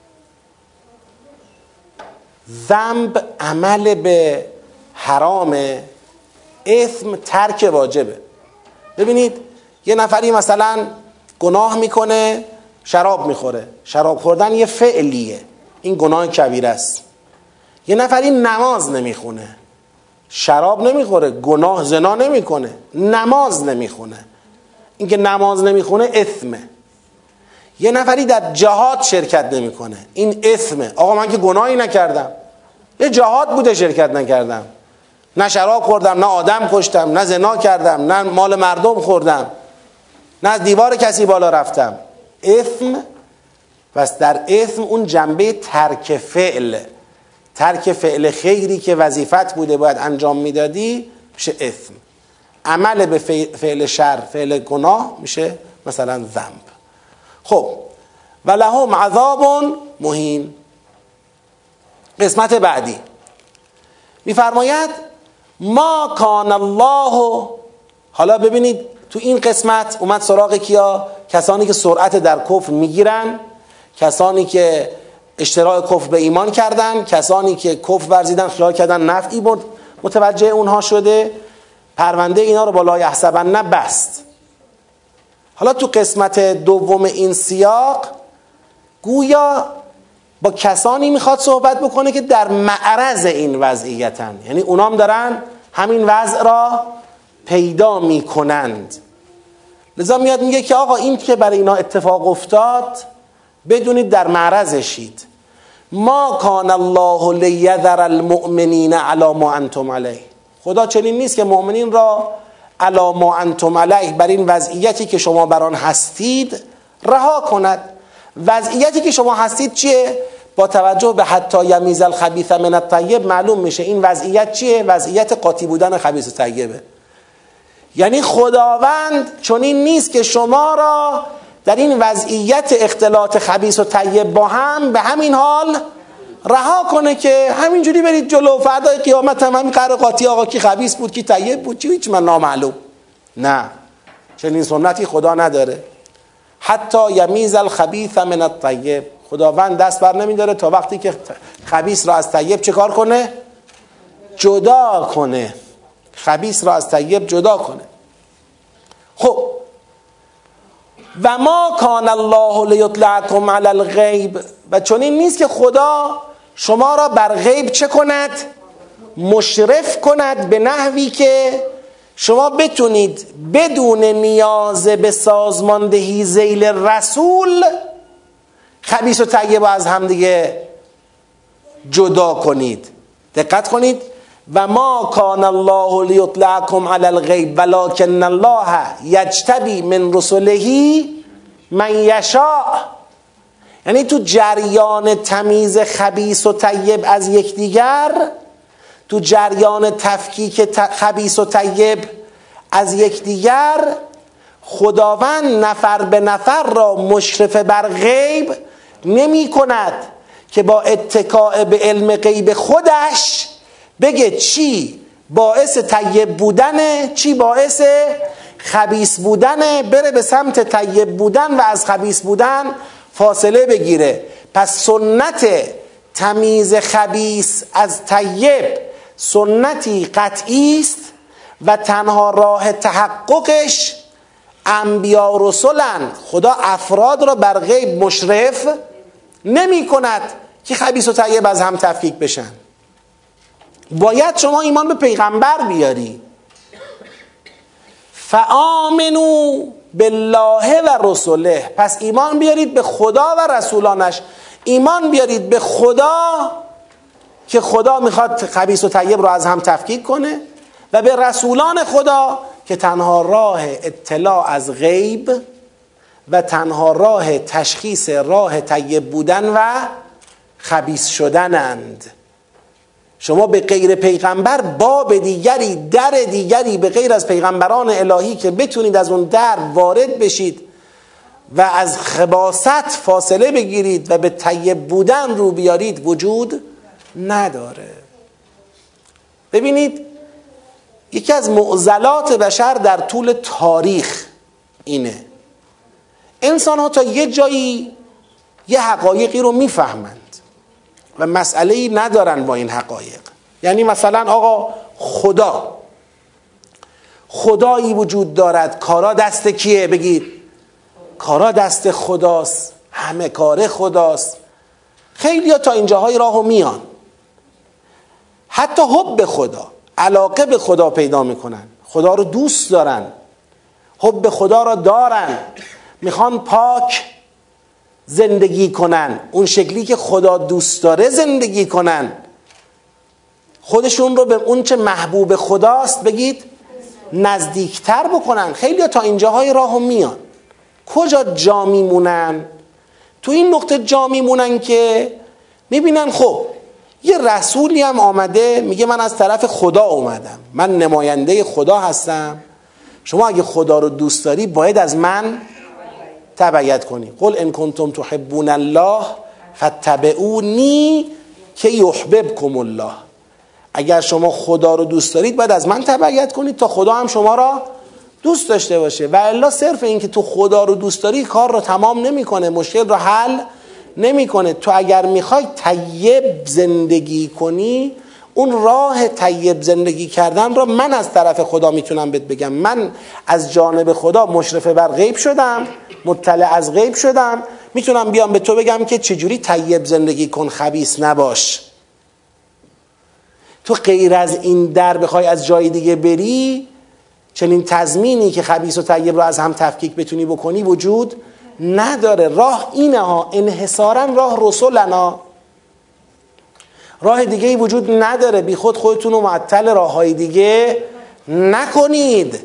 ذنب عمل به حرامه، اثم ترک واجبه. ببینید یه نفری مثلا گناه میکنه، شراب میخوره، شراب خوردن یه فعلیه، این گناه کبیره است. یه نفری نماز نمیخونه، شراب نمیخوره، گناه، زنا نمیکنه، نماز نمیخونه، این که نماز نمیخونه اثمه. یه نفری در جهاد شرکت نمیکنه، این اثمه. آقا من که گناهی نکردم، یه جهاد بوده شرکت نکردم، نه شراب خوردم، نه آدم کشتم، نه زنا کردم، نه مال مردم خوردم، نه از دیوار کسی بالا رفتم. اثم. پس در اثم اون جنبه ترک فعل، ترک فعل خیری که وظیفت بوده باید انجام میدادی میشه اثم. عمل به فعل شر، فعل گناه میشه مثلا ذنب. خب ولهم عذاب مهین. قسمت بعدی میفرماید ما کان الله. حالا ببینید تو این قسمت اومد سراغ کیا؟ کسانی که سرعت در کفر میگیرن، کسانی که اشتراک کفر به ایمان کردن، کسانی که کفر ورزیدن، خیال کردن نفعی متوجه اونها شده، پرونده اینا رو با لا یحسبن بست. حالا تو قسمت دوم این سیاق گویا با کسانی میخواد صحبت بکنه که در معرض این وضعیتن، یعنی اونام دارن همین وضع را پیدا میکنند. لذا میاد میگه که آقا این که برای اینا اتفاق افتاد بدونید در معرضشید. ما کان الله لیذر المؤمنین علی ما انتم علیه. خدا چنین نیست که مؤمنین را علی ما انتم علیه، بر این وضعیتی که شما بر آن هستید رها کند. وضعیتی که شما هستید چیه؟ با توجه به حتی یمیز الخبیث من الطیب معلوم میشه این وضعیت چیه؟ وضعیت قاطی بودن خبیث و طیبه. یعنی خداوند چنین نیست که شما را در این وضعیت اختلاط خبیث و طیب با هم به همین حال رها کنه که همینجوری برید جلو، فردای قیامت هم همین قرار قاطی، آقا کی خبیث بود کی طیب بود چی هیچ من نامعلوم. نه، چنین سنتی خدا نداره. حتی یمیز الخبیث من الطیب، خداوند دست بر نمیداره تا وقتی که خبیث را از طیب چه کار کنه؟ جدا کنه. خبیث را از طیب جدا کنه. خب و ما کان الله لیطلعکم علی الغیب، و چنین نیست که خدا شما را بر غیب چه کند؟ مشرف کند به نحوی که شما بتونید بدون نیاز به سازماندهی ذیل رسول خبیث و طیب از هم دیگه جدا کنید. دقت کنید. و ما کان الله لیطلعکم علی الغیب ولکن الله یجتبی من رسله من یشاء. یعنی تو جریان تمیز خبیث و طیب از یکدیگر، تو جریان تفکیک خبیث و طیب از یکدیگر، خداوند نفر به نفر را مشرف بر غیب نمی کند که با اتکاء به علم غیب خودش بگه چی باعث طیب بودنه چی باعث خبیث بودنه، بره به سمت طیب بودن و از خبیث بودن فاصله بگیره. پس سنت تمیز خبیث از طیب سنتی قطعی است و تنها راه تحققش انبیا و رسولن. خدا افراد را بر غیب مشرف نمی کند که خبیث و طیب از هم تفکیک بشن. باید شما ایمان به پیغمبر بیاری. فآمنوا بالله و رسوله، پس ایمان بیارید به خدا و رسولانش. ایمان بیارید به خدا که خدا میخواد خبیث و طیب رو از هم تفکیک کنه، و به رسولان خدا که تنها راه اطلاع از غیب و تنها راه تشخیص راه طیب بودن و خبیث شدنند. شما به غیر پیغمبر باب دیگری، در دیگری به غیر از پیغمبران الهی که بتونید از اون در وارد بشید و از خباثت فاصله بگیرید و به طیب بودن رو بیارید وجود نداره. ببینید یکی از معضلات بشر در طول تاریخ اینه، انسان ها تا یه جایی یه حقایقی رو میفهمند و مسئله‌ای ندارن با این حقایق. یعنی مثلا آقا خدایی وجود دارد، کارا دست کیه؟ بگید کارا دست خداست، همه کار خداست. خیلی ها تا اینجاهای راهو میان، حتی حب خدا، علاقه به خدا پیدا میکنن، خدا رو دوست دارن، حب خدا رو دارن، میخوان پاک زندگی کنن، اون شکلی که خدا دوست داره زندگی کنن، خودشون رو به اون چه محبوب خداست بگید نزدیکتر بکنن. خیلی تا اینجاهای راهو میان. کجا جا میمونن؟ تو این نقطه جا میمونن که میبینن خب یه رسولی هم آمده میگه من از طرف خدا اومدم، من نماینده خدا هستم، شما اگه خدا رو دوست داری باید از من تبعیت کنی. قل ان کنتم تحبون الله فاتبعونی که یحببکم الله. اگر شما خدا رو دوست دارید باید از من تبعیت کنید تا خدا هم شما را دوست داشته باشه. و الا صرف این که تو خدا رو دوست داری کار رو تمام نمیکنه، مشکل رو حل نمیکنه. تو اگر میخوای طیب زندگی کنی، اون راه طیب زندگی کردن را من از طرف خدا میتونم بهت بگم. من از جانب خدا مشرف بر غیب شدم، مطلع از غیب شدم، میتونم بیام به تو بگم که چجوری طیب زندگی کن، خبیث نباش. تو غیر از این در بخوای از جای دیگه بری، چنین تضمینی که خبیث و طیب رو از هم تفکیک بتونی بکنی وجود نداره. راه اینه ها، انحصارا راه رسولنا، راه دیگه ای وجود نداره. بی خود خودتون رو معطل راه های دیگه نکنید.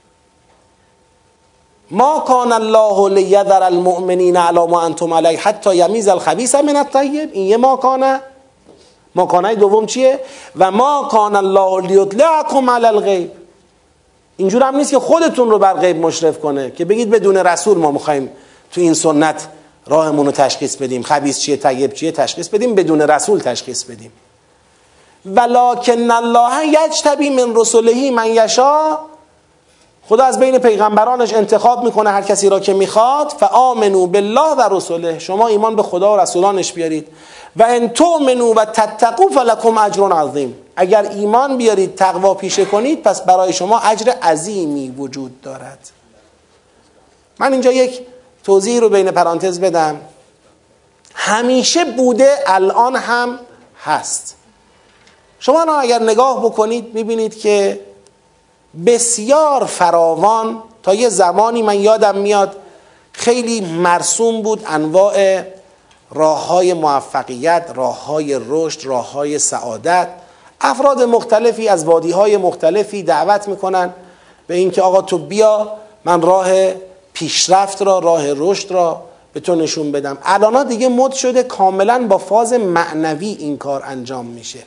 ما کان الله لیذر المؤمنین علی ما انتم علیه حتی یمیز الخبیث من الطیب. این یه ما کانه دوم چیه؟ و ما کان الله لیطلعکم علی الغیب. اینجور هم نیست که خودتون رو بر غیب مشرف کنه که بگید بدون رسول ما میخوایم تو این سنت راهمون رو تشخیص بدیم، خبیث چیه طیب چیه تشخیص بدیم، بدون رسول تشخیص بدیم. ولکن الله یجتبی من رسله من یشاء. خدا از بین پیغمبرانش انتخاب میکنه هر کسی را که میخواد. فآمنوا بالله و رسله. شما ایمان به خدا و رسولانش بیارید. و ان تؤمنوا و تتقوا فلکم اجر عظیم. اگر ایمان بیارید تقوا پیشه کنید پس برای شما اجر عظیمی وجود دارد. من اینجا یک توضیح رو بین پرانتز بدم. همیشه بوده، الان هم هست. شما اگر نگاه بکنید میبینید که بسیار فراوان تا یه زمانی، من یادم میاد خیلی مرسوم بود انواع راه‌های موفقیت، راه‌های رشد، راه‌های سعادت. افراد مختلفی از وادی‌های مختلفی دعوت میکنن به اینکه آقا تو بیا من راه پیشرفت را، راه رشد را به تو نشون بدم. الان دیگه مد شده کاملا با فاز معنوی این کار انجام میشه.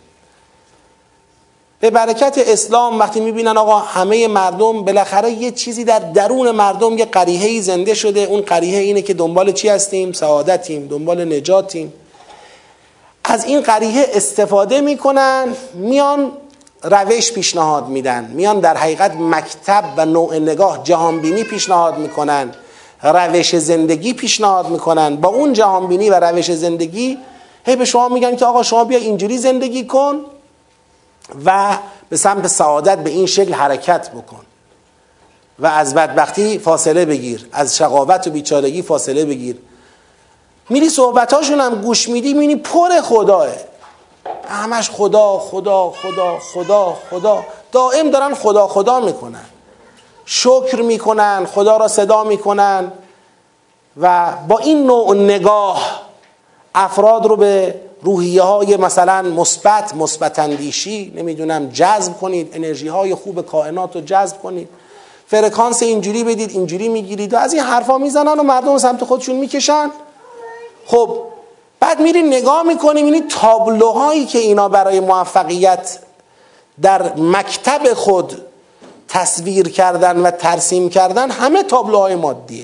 به برکت اسلام وقتی میبینن آقا همه مردم بالاخره یه چیزی در درون مردم، یه قریحه‌ای زنده شده، اون قریحه اینه که دنبال چی هستیم؟ سعادتیم، دنبال نجاتیم. از این قریحه استفاده میکنن، میان روش پیشنهاد میدن، میان در حقیقت مکتب و نوع نگاه جهانبینی پیشنهاد میکنن، روش زندگی پیشنهاد میکنن. با اون جهانبینی و روش زندگی هی به شما میگن که آقا شما بیا اینجوری زندگی کن و به سمت سعادت به این شکل حرکت بکن و از بدبختی فاصله بگیر، از شقاوت و بیچارگی فاصله بگیر. میری صحبتاشون هم گوش میدی میبینی پر خداه، همش خدا خدا خدا خدا خدا، دائم دارن خدا خدا میکنن، شکر میکنن، خدا را صدا میکنن و با این نوع نگاه افراد رو به روحیه های مثلا مثبت اندیشی نمیدونم جذب کنید، انرژی های خوب کائنات رو جذب کنید، فرکانس اینجوری بدید اینجوری میگیرید و از این حرفا میزنن و مردم سمت خودشون میکشن. خب بعد میری نگاه میکنی میبینی تابلوهایی که اینا برای موفقیت در مکتب خود تصویر کردن و ترسیم کردن همه تابلوهای مادیه.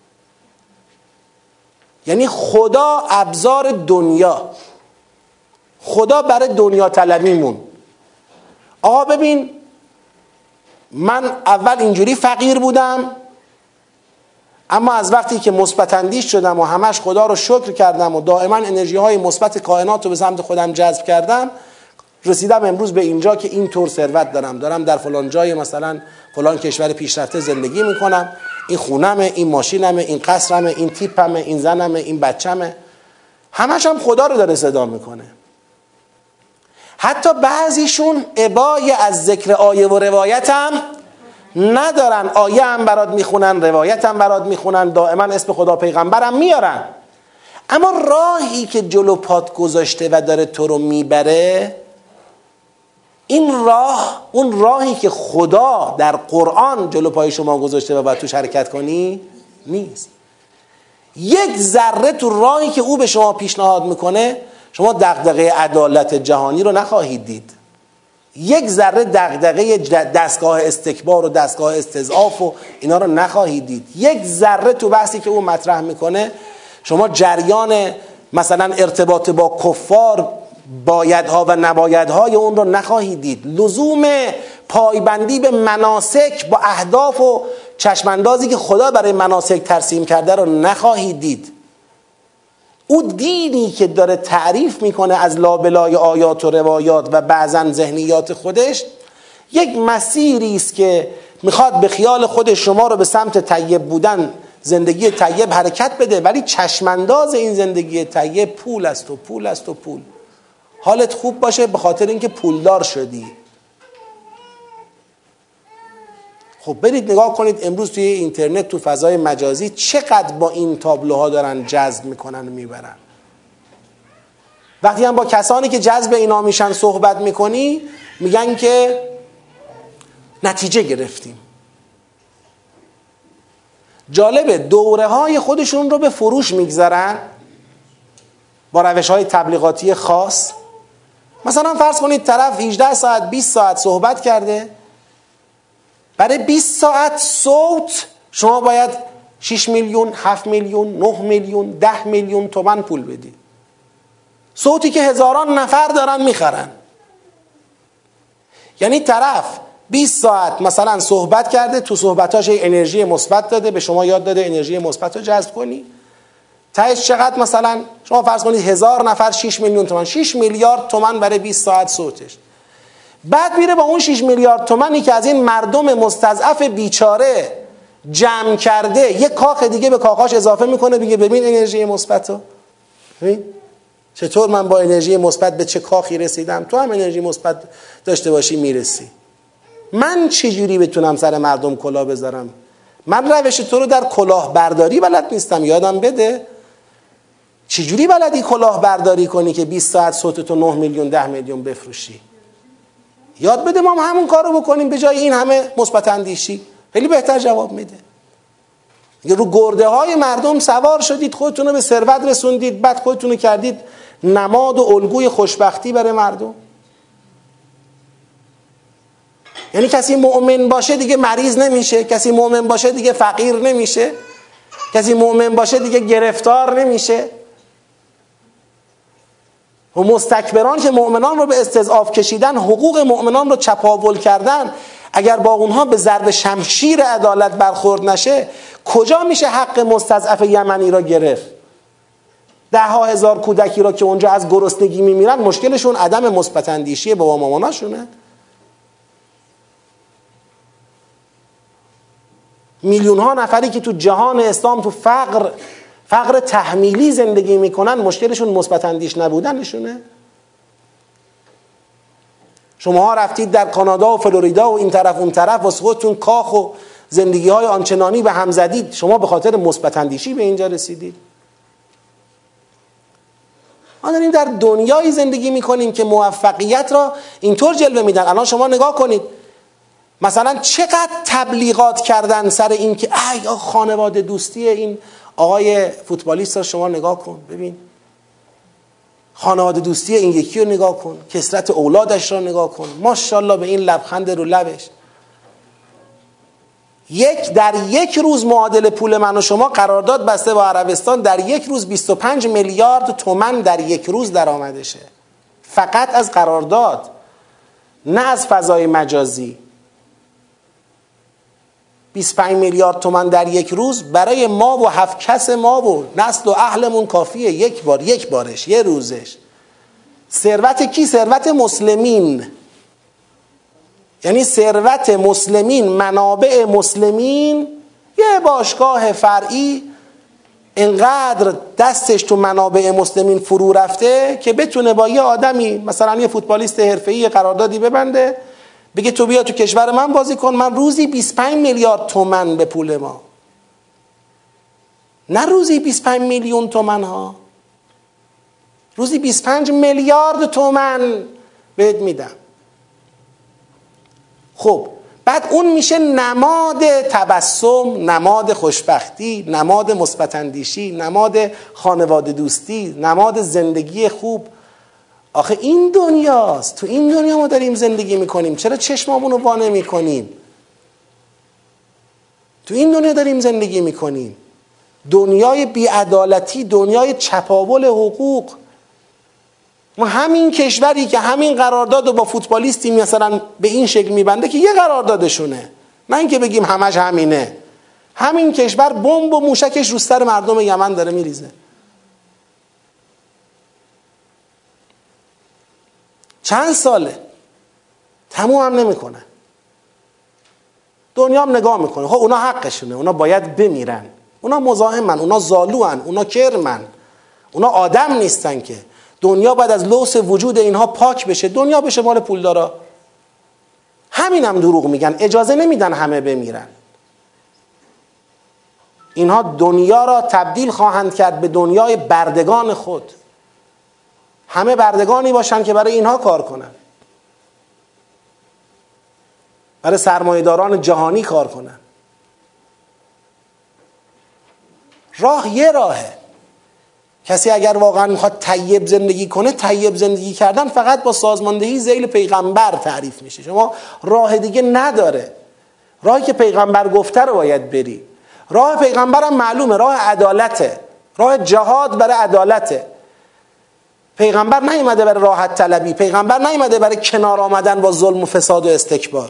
یعنی خدا ابزار دنیا، خدا برای دنیا طلبیمون. آقا ببین من اول اینجوری فقیر بودم، اما از وقتی که مثبت اندیش شدم و همش خدا رو شکر کردم و دائما انرژی های مثبت کائنات رو به سمت خودم جذب کردم، رسیدم امروز به اینجا که این طور ثروت دارم در فلان جای مثلا فلان کشور پیشرفته زندگی میکنم، این خونمه، این ماشینمه، این قصرمه، این تیپمه، این زنمه، این بچمه. همش هم خدا رو داره صدا میکنه. حتی بعضیشون ابای از ذکر آیه و روایت هم ندارن، آیه هم برات میخونن، روایت هم برات میخونن، دائما اسم خدا پیغمبر هم میارن، اما راهی که جلو پات گذاشته و داره تو رو میبره، این راه اون راهی که خدا در قرآن جلو پای شما گذاشته و باید توش حرکت کنی نیست. یک ذره تو راهی که او به شما پیشنهاد میکنه شما دغدغه عدالت جهانی رو نخواهید دید، یک ذره دغدغه دستگاه استکبار و دستگاه استضعاف و اینا رو نخواهید دید، یک ذره تو بحثی که او مطرح میکنه شما جریان مثلا ارتباط با کفار، بایدها و نبایدهای اون رو نخواهید دید، لزوم پایبندی به مناسک با اهداف و چشماندازی که خدا برای مناسک ترسیم کرده رو نخواهید دید. او دینی که داره تعریف میکنه از لابلای آیات و روایات و بعضن ذهنیات خودش، یک مسیری است که میخواد به خیال خود شما رو به سمت طیب بودن، زندگی طیب حرکت بده، ولی چشمانداز این زندگی طیب پول است و پول است و پول. حالت خوب باشه به خاطر اینکه پولدار شدی. خب برید نگاه کنید امروز توی اینترنت، تو فضای مجازی چقدر با این تابلوها دارن جذب میکنن و میبرن. وقتی هم با کسانی که جذب اینا میشن صحبت میکنی، میگن که نتیجه گرفتیم. جالبه دوره های خودشون رو به فروش میگذارن با روش های تبلیغاتی خاص. مثلا فرض کنید طرف 18 ساعت 20 ساعت صحبت کرده، برای 20 ساعت صوت شما باید 6 میلیون 7 میلیون 9 میلیون 10 میلیون تومان پول بدی. صوتی که هزاران نفر دارن میخرن. یعنی طرف 20 ساعت مثلا صحبت کرده، تو صحبتاش انرژی مثبت داده، به شما یاد داده انرژی مثبت رو جذب کنی. تهش چقدر؟ مثلا شما فرض کنید 1000 نفر 6 میلیون تومان، 6 میلیارد تومان برای 20 ساعت صوتش. بعد میره با اون 6 میلیارد تومانی که از این مردم مستضعف بیچاره جمع کرده یک کاخ دیگه به کاخاش اضافه میکنه، بگه ببین انرژی مثبتو، ببین چطور من با انرژی مثبت به چه کاخی رسیدم، تو هم انرژی مثبت داشته باشی میرسی. من چجوری بتونم سر مردم کلاه بذارم؟ من روش تو رو در کلاه برداری بلد نیستم، یادم بده. چجوری بلدی کلاه برداری کنی که 20 ساعت صوتتو 9 میلیون 10 میلیون بفروشی؟ یاد بده ما همون کارو بکنیم به جای این همه مثبت اندیشی. خیلی بهتر جواب میده. اگه رو گرده های مردم سوار شدید، خودتون رو به ثروت رسوندید، بعد خودتون رو کردید نماد و الگوی خوشبختی برای مردم. یعنی کسی مؤمن باشه دیگه مریض نمیشه، کسی مؤمن باشه دیگه فقیر نمیشه، کسی مؤمن باشه دیگه گرفتار نمیشه. و مستکبران که مؤمنان رو به استضعاف کشیدن، حقوق مؤمنان رو چپاول کردن، اگر با اونها به ضرب شمشیر عدالت برخورد نشه، کجا میشه حق مستضعف یمنی را گرفت؟ 10,000 کودکی را که اونجا از گرسنگی میمیرن، مشکلشون عدم مثبت اندیشی بابا ماماناشونه؟ میلیون ها نفری که تو جهان اسلام تو فقر تحمیلی زندگی میکنن، مشکلشون مثبت اندیش نبودنشونه؟ شما ها رفتید در کانادا و فلوریدا و این طرف اون طرف واسه خودتون کاخ و زندگی های آنچنانی به هم زدید، شما به خاطر مثبت اندیشی به اینجا رسیدید؟ ما داریم در دنیایی زندگی میکنیم که موفقیت را اینطور جلوه میدن. الان شما نگاه کنید مثلا چقدر تبلیغات کردن سر این که خانواده دوستی این آقای فوتبالیست را شما نگاه کن، ببین خانواده دوستی این یکی رو نگاه کن، کثرت اولادش را نگاه کن، ماشاءالله به این لبخند رو لبش. در یک روز معادل پول من و شما قرارداد بسته با عربستان، در یک روز 25 میلیارد تومان در یک روز درآمدشه، فقط از قرارداد، نه از فضای مجازی. 25 میلیارد تومان در یک روز برای ما و 7 کس ما و نسل و اهلمون کافیه. یک بارش، یه روزش. ثروت کی؟ ثروت مسلمین. یعنی ثروت مسلمین، منابع مسلمین، یه باشگاه فرعی انقدر دستش تو منابع مسلمین فرو رفته که بتونه با یه آدمی مثلا یه فوتبالیست حرفه‌ای قراردادی ببنده، بگه تو بیا تو کشور من بازی کن، من روزی 25 میلیارد تومان به پول ما، نه روزی 25 میلیون تومان ها، روزی 25 میلیارد تومان بهت میدم. خب بعد اون میشه نماد تبسم، نماد خوشبختی، نماد مثبت اندیشی، نماد خانواده دوستی، نماد زندگی خوب. آخه این دنیاست، تو این دنیا ما داریم زندگی میکنیم، چرا چشمامون رو وا نمی‌کنیم؟ تو این دنیا داریم زندگی میکنیم، دنیای بیعدالتی، دنیای چپاول حقوق. ما همین کشوری که همین قرارداد رو با فوتبالیستی مثلا به این شکل میبنده که یه قراردادشونه، نه اینکه بگیم همش همینه، همین کشور بمب و موشکش رو سر مردم یمن داره میریزه. چند ساله تموم هم نمیکنه. دنیا هم نگاه میکنه، خب اونا حقشونه، اونا باید بمیرن، اونا مزاحمن، اونا زالوان، اونا کرمن، اونا آدم نیستن که. دنیا باید از لوث وجود اینها پاک بشه، دنیا بشه مال پولدارا. همینم دروغ میگن، اجازه نمیدن همه بمیرن. اینها دنیا را تبدیل خواهند کرد به دنیای بردگان خود. همه بردگانی باشن که برای اینها کار کنن، برای سرمایه‌داران جهانی کار کنن. راه یه راهه. کسی اگر واقعا میخواد طیب زندگی کنه، طیب زندگی کردن فقط با سازماندهی ذیل پیغمبر تعریف میشه. شما راه دیگه نداره. راهی که پیغمبر گفته رو باید بری. راه پیغمبرم معلومه، راه عدالته، راه جهاد برای عدالته. پیغمبر نیومده برای راحت طلبی، پیغمبر نیومده برای کنار آمدن با ظلم و فساد و استکبار.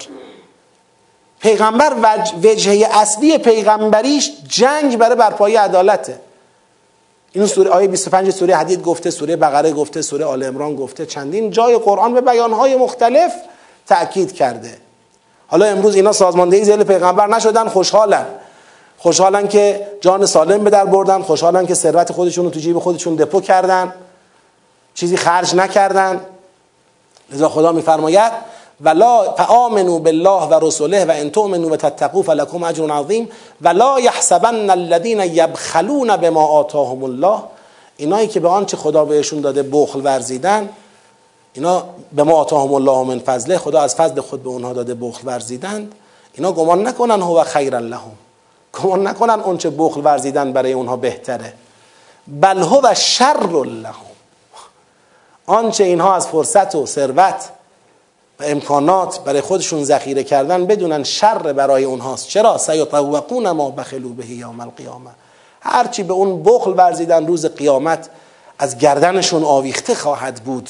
پیغمبر وجهه اصلی پیغمبریش جنگ برای برپایی عدالته. این سوره آیه 25 سوره حدید گفته، سوره بقره گفته، سوره آل عمران گفته، چندین جای قرآن به بیانهای مختلف تأکید کرده. حالا امروز اینا سازماندهی ذیل پیغمبر نشدن، خوشحالن که جان سالم به در بردن، خوشحالن که ثروت خودشون رو تو جیب خودشون دپو کردن، چیزی خرج نکردن. لذا خدا میفرماید ولا فآمنوا بالله و رسوله و ان تؤمنوا وتتقوا فلکم اجر عظیم ولا یحسبن الذین یبخلون بما آتاهم الله. اینایی که به آنچه خدا بهشون داده بخل ورزیدن، اینا به ما آتاهم الله من فضله، خدا از فضل خود به اونها داده بخل ورزیدند، اینا گمان نکنن هو خیر لهم، گمان نکنن اون چه بخل ورزیدن برای اونها بهتره، بل هو شر لهم. آنچه اینها از فرصت و ثروت و امکانات برای خودشون ذخیره کردن بدونن شر برای اونهاست. چرا؟ سیطوقون ما بخلوا به یوم القیامه. هرچی به اون بخل ورزیدن روز قیامت از گردنشون آویخته خواهد بود.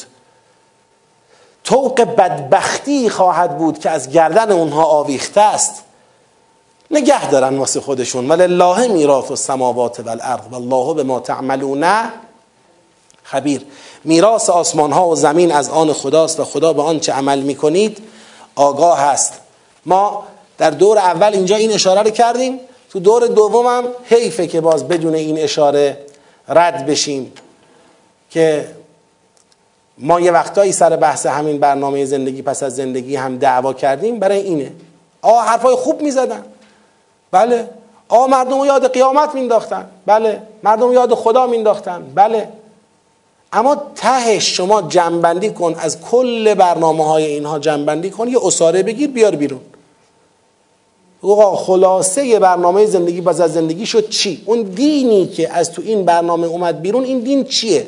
طوق بدبختی خواهد بود که از گردن اونها آویخته است. نگه دارن واسه خودشون. ولله میراث السماوات والارض والله بما تعملون خبیر. میراث آسمان ها و زمین از آن خداست و خدا به آن چه عمل میکنید آگاه است. ما در دور اول اینجا این اشاره رو کردیم، تو دور دوم هم حیفه که باز بدون این اشاره رد بشیم که ما یه وقتایی سر بحث همین برنامه زندگی پس از زندگی هم دعوا کردیم. برای اینه حرفای خوب میزدن، بله، مردم رو یاد قیامت مینداختن، بله، مردم رو یاد خدا مینداختن، بله، اما تهش شما جمع‌بندی کن، از کل برنامه‌های اینها جمع‌بندی کن، یه عصاره بگیر بیار بیرون. خلاصه برنامه زندگی پس از زندگی شد چی؟ اون دینی که از تو این برنامه اومد بیرون، این دین چیه؟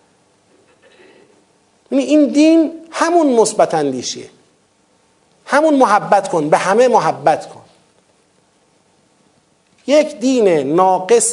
این دین همون مثبت اندیشیه، همون محبت کن، به همه محبت کن. یک دین ناقص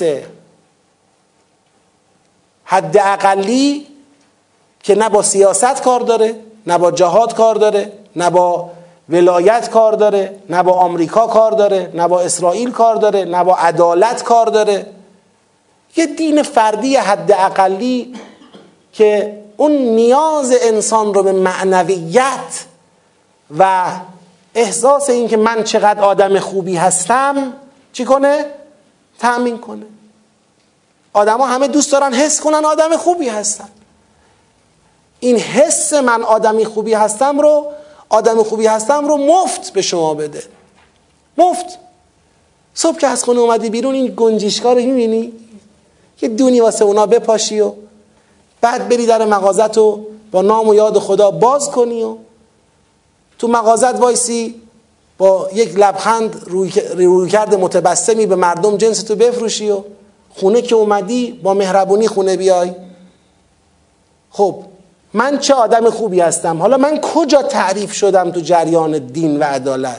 حد اقلی که نه با سیاست کار داره، نه با جهاد کار داره، نه با ولایت کار داره، نه با آمریکا کار داره، نه با اسرائیل کار داره، نه با عدالت کار داره. یه دین فردی حد اقلی که اون نیاز انسان رو به معنویت و احساس این که من چقدر آدم خوبی هستم چی کنه؟ تأمین کنه. آدم ها همه دوست دارن حس کنن آدم خوبی هستن. این حس من آدمی خوبی هستم رو مفت به شما بده. مفت. صبح که از خونه اومدی بیرون این گنجشکا رو میبینی؟ یه دونی واسه اونا بپاشی و بعد بری در مغازت و با نام و یاد خدا باز کنی و تو مغازت وایسی با یک لبخند رویکرد متبسمی به مردم جنستو بفروشی و خونه که اومدی با مهربونی خونه بیای. خب من چه آدم خوبی هستم؟ حالا من کجا تعریف شدم تو جریان دین و عدالت؟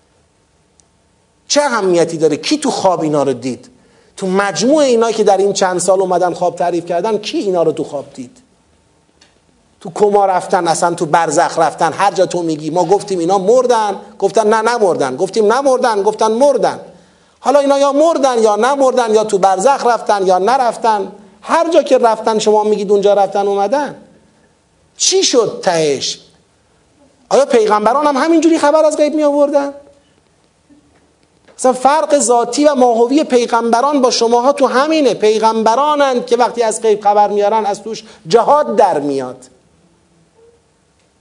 چه اهمیتی داره؟ کی تو خواب اینا رو دید؟ تو مجموع اینا که در این چند سال اومدن خواب تعریف کردن، کی اینا رو تو خواب دید؟ تو کما رفتن، اصلا تو برزخ رفتن، هر جا تو میگی ما گفتیم اینا مردن، گفتن نه نمردن، گفتیم نمردن، گفتن مردن. حالا اینا یا مردن یا نمردن، یا تو برزخ رفتن یا نرفتن. هر جا که رفتن شما میگید اونجا رفتن اومدن. چی شد تهش؟ آیا پیغمبران هم همینجوری خبر از غیب می آوردن؟ مثلا فرق ذاتی و ماهوی پیغمبران با شماها تو همینه. پیغمبرانند که وقتی از غیب خبر میارن از توش جهاد در میاد.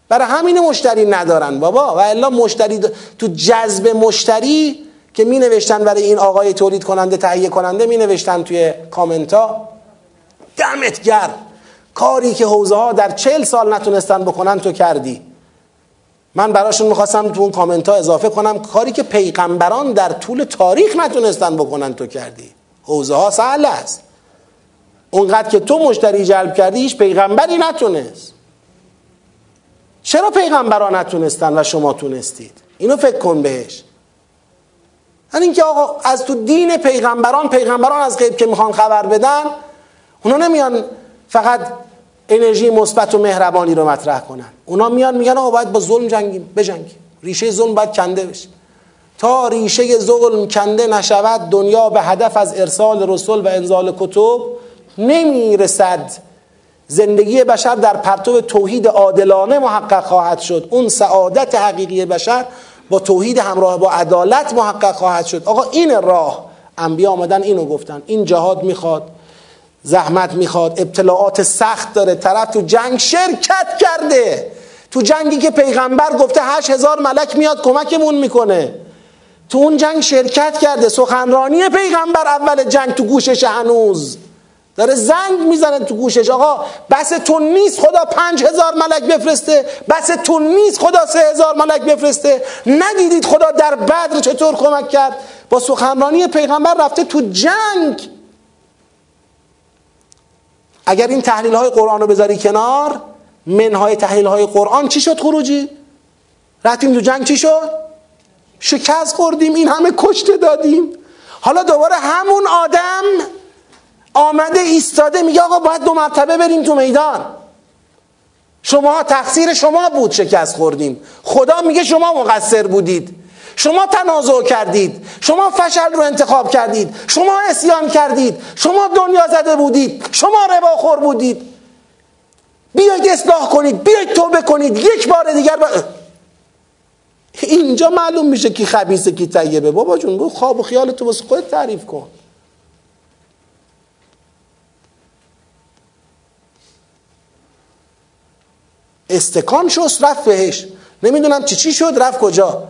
برای همین مشتری ندارن بابا. و الا مشتری تو جذب مشتری که می نوشتن برای این آقای تولید کننده تهیه کننده، می نوشتن توی کامنت ها دمت گرم، کاری که حوزه ها در 40 سال نتونستن بکنن تو کردی. من براشون میخواستم تو اون کامنت ها اضافه کنم کاری که پیغمبران در طول تاریخ نتونستن بکنن تو کردی. حوزه ها سهل است، اونقدر که تو مشتری جلب کردی هیچ پیغمبری نتونست. چرا پیغمبران نتونستن و شما تونستید؟ اینو فکر کن بهش. یعنی اینکه آقا از تو دین پیغمبران از غیب که میخوان خبر بدن، اونا نمیان فقط انرژی مثبت و مهربانی رو مطرح کنن، اونا میان میگن آقا باید با ظلم بجنگیم، ریشه ظلم باید کنده بشه. تا ریشه ظلم کنده نشود دنیا به هدف از ارسال رسول و انزال کتب نمیرسد. زندگی بشر در پرتو توحید عادلانه محقق خواهد شد. اون سعادت حقیقی بشر با توحید همراه با عدالت محقق خواهد شد. آقا این راه، انبیا آمدن اینو گفتن. این جهاد میخواد، زحمت میخواد، ابتلاعات سخت داره. طرف تو جنگ شرکت کرده، تو جنگی که پیغمبر گفته 8000 ملک میاد کمکمون میکنه، تو اون جنگ شرکت کرده. سخنرانی پیغمبر اول جنگ تو گوشش هنوز داره زنگ میزنه تو گوشش. آقا بس تو نیست خدا 5000 ملک بفرسته؟ بس تو نیست خدا 3000 ملک بفرسته؟ ندیدید خدا در بدر چطور کمک کرد؟ با سخنرانی پیغمبر رفته تو جنگ. اگر این تحلیل های قرآن رو بذاری کنار، منهای تحلیل های قرآن چی شد؟ خروجی رفتیم تو جنگ، چی شد؟ شکست خوردیم، این همه کشته دادیم. حالا دوباره همون آدم آمده ایستاده میگه آقا باید 2 مرتبه بریم تو میدان. شما تقصیر شما بود شکست خوردیم. خدا میگه شما مقصر بودید، شما تنازع کردید، شما فشل رو انتخاب کردید، شما عصیان کردید، شما دنیا زده بودید، شما رباخور بودید. بیایید اصلاح کنید، بیایید توبه کنید یک بار دیگر اینجا معلوم میشه کی خبیثه کی طیبه. بابا جون گفت خواب و خیال تو واسه خودت تعریف کن. استکان شست رفت بهش، نمیدونم چی شد رفت کجا.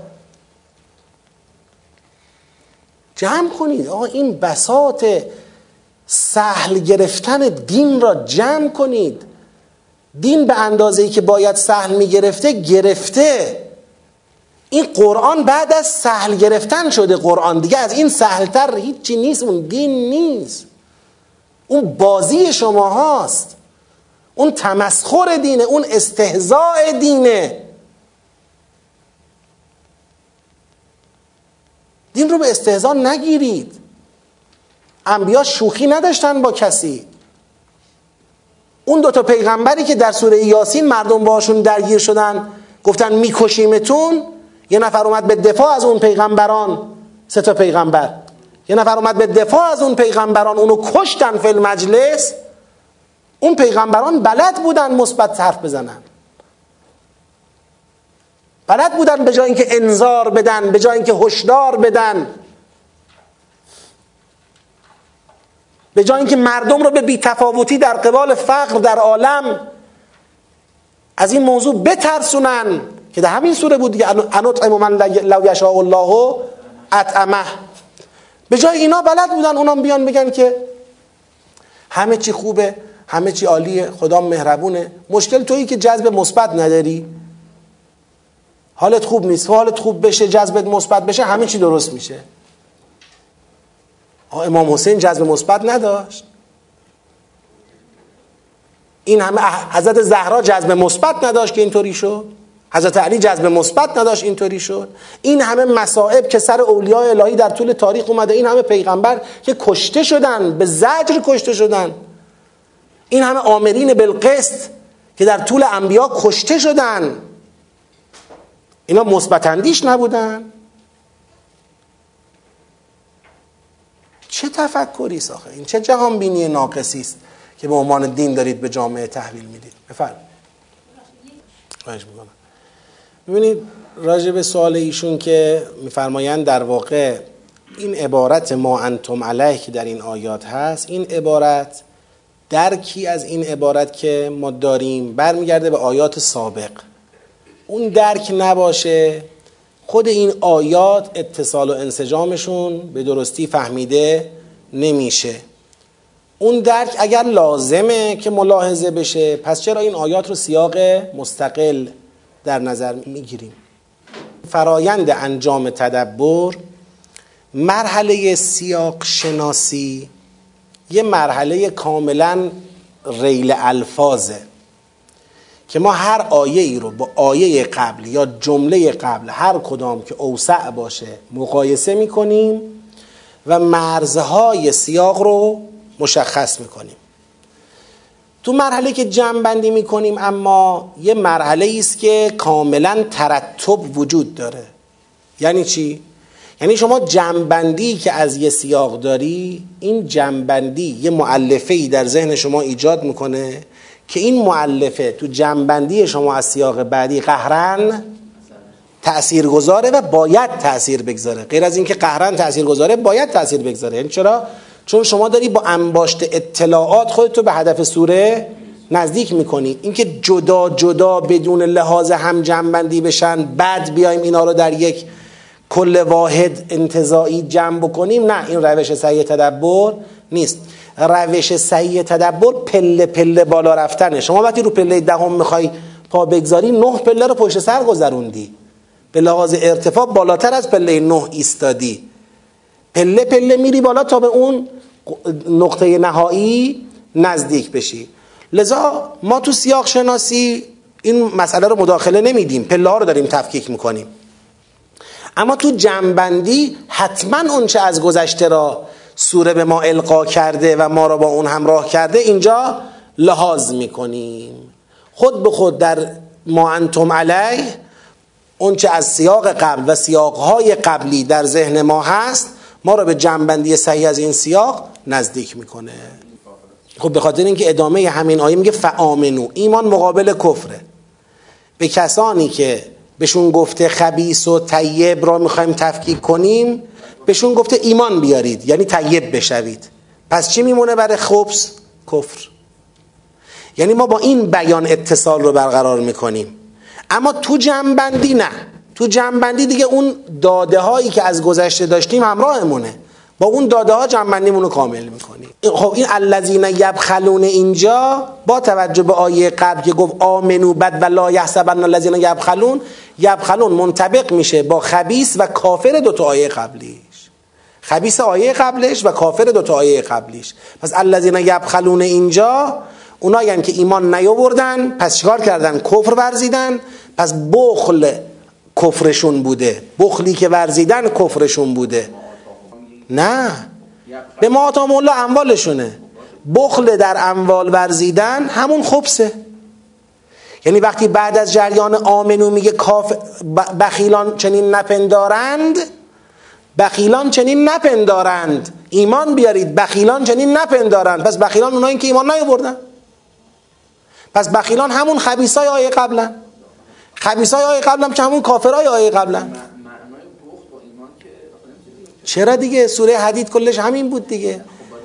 جمع کنید آقا، این بساط سهل گرفتن دین را جمع کنید. دین به اندازه‌ای که باید سهل میگرفته گرفته. این قرآن بعد از سهل گرفتن شده قرآن، دیگه از این سهلتر هیچی نیست. اون دین نیست، اون بازی شما هاست، اون تمسخر دینه، اون استهزاء دینه. دین رو به استهزاء نگیرید. انبیا شوخی نداشتن با کسی. اون 2 پیغمبری که در سوره یاسین مردم باشون درگیر شدن گفتن میکشیمتون، یه نفر اومد به دفاع از اون پیغمبران، 3 پیغمبر، یه نفر اومد به دفاع از اون پیغمبران، اونو کشتن فی المجلس. اون پیغمبران بلد بودن مثبت حرف بزنن، بلد بودن به جای اینکه انذار بدن، به جای اینکه هشدار بدن، به جای اینکه مردم رو به بی‌تفاوتی در قبال فقر در عالم از این موضوع بترسونن که در همین سوره بود دیگه، انطعم من لو یشاء الله اطعمه. به جای اینا بلد بودن اونام بیان بگن که همه چی خوبه، همه چی عالیه، خدا مهربونه. مشکل تویی که جذب مثبت نداری، حالت خوب نیست. حالت خوب بشه، جذبت مثبت بشه، همه چی درست میشه. امام حسین جذب مثبت نداشت؟ این همه حضرت زهرا جذب مثبت نداشت که اینطوری شد؟ حضرت علی جذب مثبت نداشت اینطوری شد؟ این همه مصائب که سر اولیاء الهی در طول تاریخ اومده، این همه پیغمبر که کشته شدن، به زجر کشته شدن، این همه آمرین بالقسط که در طول انبیا کشته شدن، اینا مثبت اندیش نبودن؟ چه تفکری است آخه این؟ چه جهان بینی ناقصی است که به عنوان دین دارید به جامعه تحویل میدید؟ بفرمایید. خواهش میکنم. ببینید راجع به سوال ایشون که میفرمایند در واقع این عبارت ما انتم علیه که در این آیات هست، این عبارت درکی از این عبارت که ما داریم برمیگرده به آیات سابق. اون درک نباشه خود این آیات اتصال و انسجامشون به درستی فهمیده نمیشه. اون درک اگر لازمه که ملاحظه بشه، پس چرا این آیات رو سیاق مستقل در نظر میگیریم؟ فرایند انجام تدبر، مرحله سیاق شناسی یه مرحله کاملا ریل الفاظه که ما هر آیه ای رو با آیه قبل یا جمله قبل هر کدام که اوسع باشه مقایسه میکنیم و مرزهای سیاق رو مشخص میکنیم. تو مرحله که جمع بندی میکنیم اما یه مرحله است که کاملا ترتب وجود داره. یعنی چی؟ یعنی شما جمع بندی که از یه سیاق داری، این جمع بندی یه مؤلفه‌ای در ذهن شما ایجاد میکنه که این مؤلفه تو جمع بندی شما از سیاق بعدی قهرن تأثیر گذاره و باید تأثیر بگذاره. غیر از این که قهرن تأثیر گذاره باید تأثیر بگذاره. یعنی چرا؟ چون شما داری با انباشت اطلاعات خودتو به هدف سوره نزدیک میکنی. اینکه جدا جدا بدون لحاظ هم جمع بندی بشن بعد بیایم اینا رو در یک کل واحد انتزاعی جمع بکنیم، نه، این روش صحیح تدبر نیست. روش صحیح تدبر پله پله بالا رفتنه. شما وقتی رو پله 10 میخوای پا بگذاری 9 پله رو پشت سر گذروندی، به لحاظ ارتفاع بالاتر از پله 9 ایستادی، پله پله میری بالا تا به اون نقطه نهایی نزدیک بشی. لذا ما تو سیاق شناسی این مسئله رو مداخله نمیدیم، پله ها رو داریم تفکیک میکنیم. اما تو جمع‌بندی حتما اون چه از گذشته را سوره به ما القا کرده و ما را با اون همراه کرده اینجا لحاظ میکنیم. خود به خود در ما انتم علیه اون چه از سیاق قبل و سیاقهای قبلی در ذهن ما هست ما را به جمع‌بندی صحیح از این سیاق نزدیک میکنه. خب به خاطر اینکه ادامه همین آیه میگه فآمنو، ایمان مقابل کفره. به کسانی که بهشون گفته خبیث و طیب را میخوایم تفکیک کنیم بهشون گفته ایمان بیارید، یعنی طیب بشوید. پس چی میمونه برای خبث؟ کفر. یعنی ما با این بیان اتصال رو برقرار میکنیم. اما تو جمع‌بندی نه. تو جمع‌بندی دیگه اون داده هایی که از گذشته داشتیم همراهمونه، با اون داده ها جمع‌بندیمون رو کامل میکنیم. خب این الذین یبخلون اینجا با توجه به آیه قبل که گفت آمنو بد و لا یحسبن الذین یبخلون، یبخلون منطبق میشه با خبیث و کافر دوتا آیه قبلیش، خبیث آیه قبلش و کافر دوتا آیه قبلیش. پس الذین یبخلون اینجا اونایی هم که ایمان نیاوردن پس چیکار کردن؟ کفر ورزیدن. پس بخل کفرشون بوده، بخلی که ورزیدن کفرشون بوده. نه، به ما آتاهم الله اموالشونه. بخل در اموال ورزیدن همون خبثه. یعنی وقتی بعد از جریان آمنو میگه بخیلان چنین نپندارند، بخیلان چنین نپندارند، ایمان بیارید، بخیلان چنین نپندارند. پس بخیلان اونایی که ایمان نیاوردن. پس بخیلان همون خبیثای آیه قبلن، خبیثای آیه قبلن که همون کافرای آیه قبلن. چرا دیگه؟ سوره حدید کلش همین بود دیگه.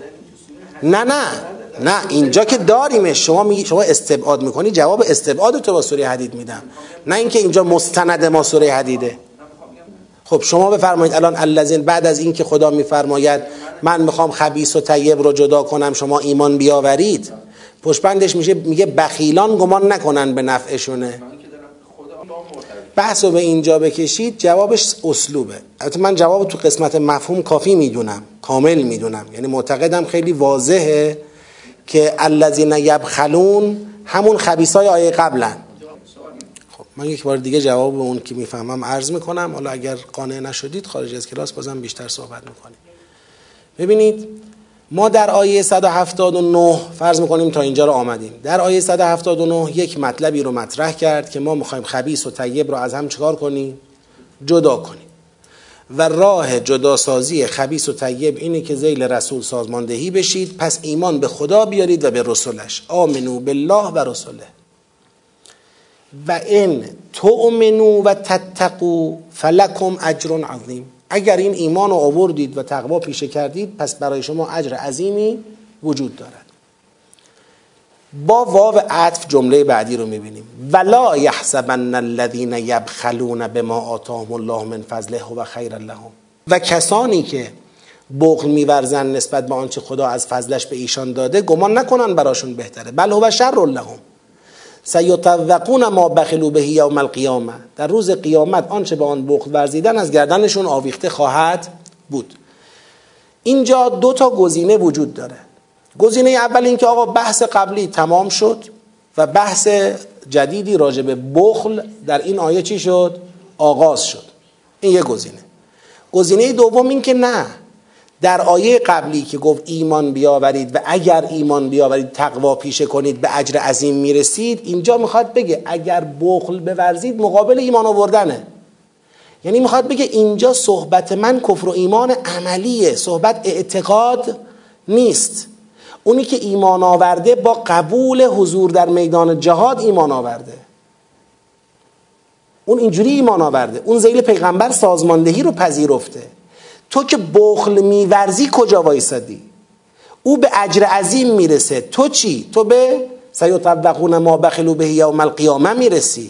نه اینجا که داریمش. شما میگی، شما استبعاد میکنی، جواب استبعاد تو با سوره حدید میدم، نه اینکه اینجا مستند ما سوره حدیده. خب شما بفرمایید الان الذین، بعد از این که خدا میفرماید من میخوام خبیث و طیب رو جدا کنم شما ایمان بیاورید، پشتبندش میگه بخیلان گمان نکنن به نفعشونه. بحث رو به اینجا بکشید جوابش اسلوبه. البته من جواب تو قسمت مفهوم کافی میدونم، کامل میدونم، یعنی معتقدم خیلی واضحه که الذین یبخلون همون خبیثای آیه قبلن. خب من یک بار دیگه جواب اون که میفهمم عرض میکنم، حالا اگر قانع نشدید خارج از کلاس بازم بیشتر صحبت میکنیم. ببینید ما در آیه 179 فرض میکنیم تا اینجا رو آمدیم. در آیه 179 یک مطلبی رو مطرح کرد که ما میخوایم خبیث و طیب رو از هم چکار کنیم؟ جدا کنیم. و راه جداسازی خبیث و طیب اینه که ذیل رسول سازماندهی بشید. پس ایمان به خدا بیارید و به رسولش. آمنو بالله و رسوله و ان تؤمنوا و تتقوا فلکم اجر عظیم. اگر این ایمان رو آوردید و تقوا پیشه کردید پس برای شما اجر عظیمی وجود دارد. با واو عطف جمله بعدی رو میبینیم، ولا یحسبن الذین یبخلون بما آتاهم الله من فضله هو خیر لهم. و کسانی که بخل میورزن نسبت به آنچه خدا از فضلش به ایشان داده گمان نکنن براشون بهتره، بل هو شر لهم سیطوقون ما بخلوا به یوم القیامه. در روز قیامت آنچه به آن بخل ورزیدن از گردنشون آویخته خواهد بود. اینجا دو تا گزینه وجود داره. گزینه اول این که آقا بحث قبلی تمام شد و بحث جدیدی راجع به بخل در این آیه چی شد؟ آغاز شد. این یه گزینه. گزینه دوم این که نه، در آیه قبلی که گفت ایمان بیاورید و اگر ایمان بیاورید تقوا پیشه کنید به اجر عظیم میرسید، اینجا میخواد بگه اگر بخل بورزید مقابل ایمان آوردنه. یعنی میخواد بگه اینجا صحبت من کفر و ایمان عملیه، صحبت اعتقاد نیست. اونی که ایمان آورده با قبول حضور در میدان جهاد ایمان آورده، اون اینجوری ایمان آورده، اون ذیل پیغمبر سازماندهی رو پذیرفته. تو که بخل میورزی کجا وایسادی؟ او به اجر عظیم میرسه، تو چی؟ تو به سیطوقون ما بخلوا به یوم القیامه میرسی.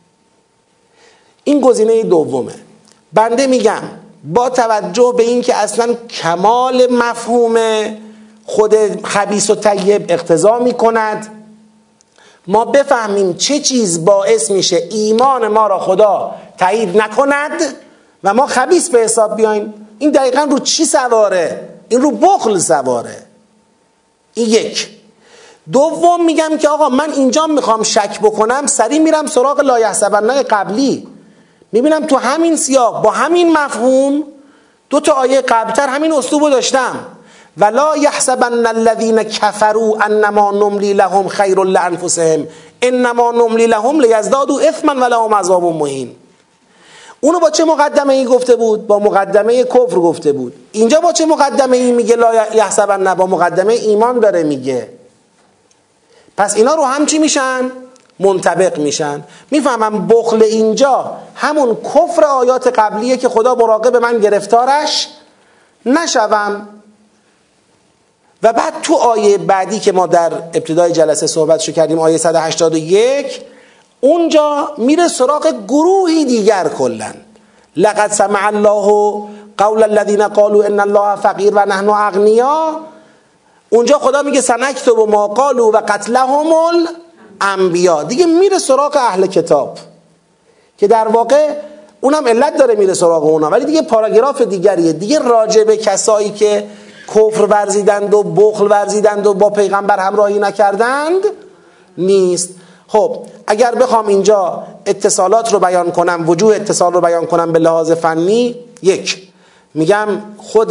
این گزینه دومه. بنده میگم با توجه به این که اصلا کمال مفهوم خود خبیث و طیب اقتضا میکند ما بفهمیم چه چیز باعث میشه ایمان ما را خدا تایید نکند و ما خبیث به حساب بیایم. این دقیقا رو چی سواره؟ این رو بخل سواره. این یک. دوم میگم که آقا من اینجا میخوام شک بکنم، سریع میرم سراغ لا یحسبن قبلی، میبینم تو همین سیاق با همین مفهوم دو تا آیه قبلتر همین اسلوبو داشتم. ولا یحسبن الذین کفروا انما نملی لهم خیر لانفسهم انما نملی لهم لیزدادوا اثما ولهم عذاب مهین. اونو با چه مقدمه ای گفته بود؟ با مقدمه کفر گفته بود. اینجا با چه مقدمه ای میگه لا یحسبن؟ با مقدمه ایمان داره میگه. پس اینا رو هم چی میشن؟ منطبق میشن. میفهمم بخل اینجا همون کفر آیات قبلیه که خدا مراقب من گرفتارش نشوم. و بعد تو آیه بعدی که ما در ابتدای جلسه صحبتشو کردیم، آیه 181، اونجا میره سراغ گروهی دیگر کلن. لقد سمع الله قول الذين قالوا ان الله فقیر و نحن اغنیا. اونجا خدا میگه سنکتب ما قالوا و قتلهم الانبیا. دیگه میره سراغ اهل کتاب که در واقع اونم علت داره میره سراغ اونا، ولی دیگه پاراگراف دیگریه، دیگه راجع به کسایی که کفر ورزیدند و بخل ورزیدند و با پیغمبر همراهی نکردند نیست. خب اگر بخوام اینجا اتصالات رو بیان کنم، وجوه اتصال رو بیان کنم به لحاظ فنی، یک، میگم خود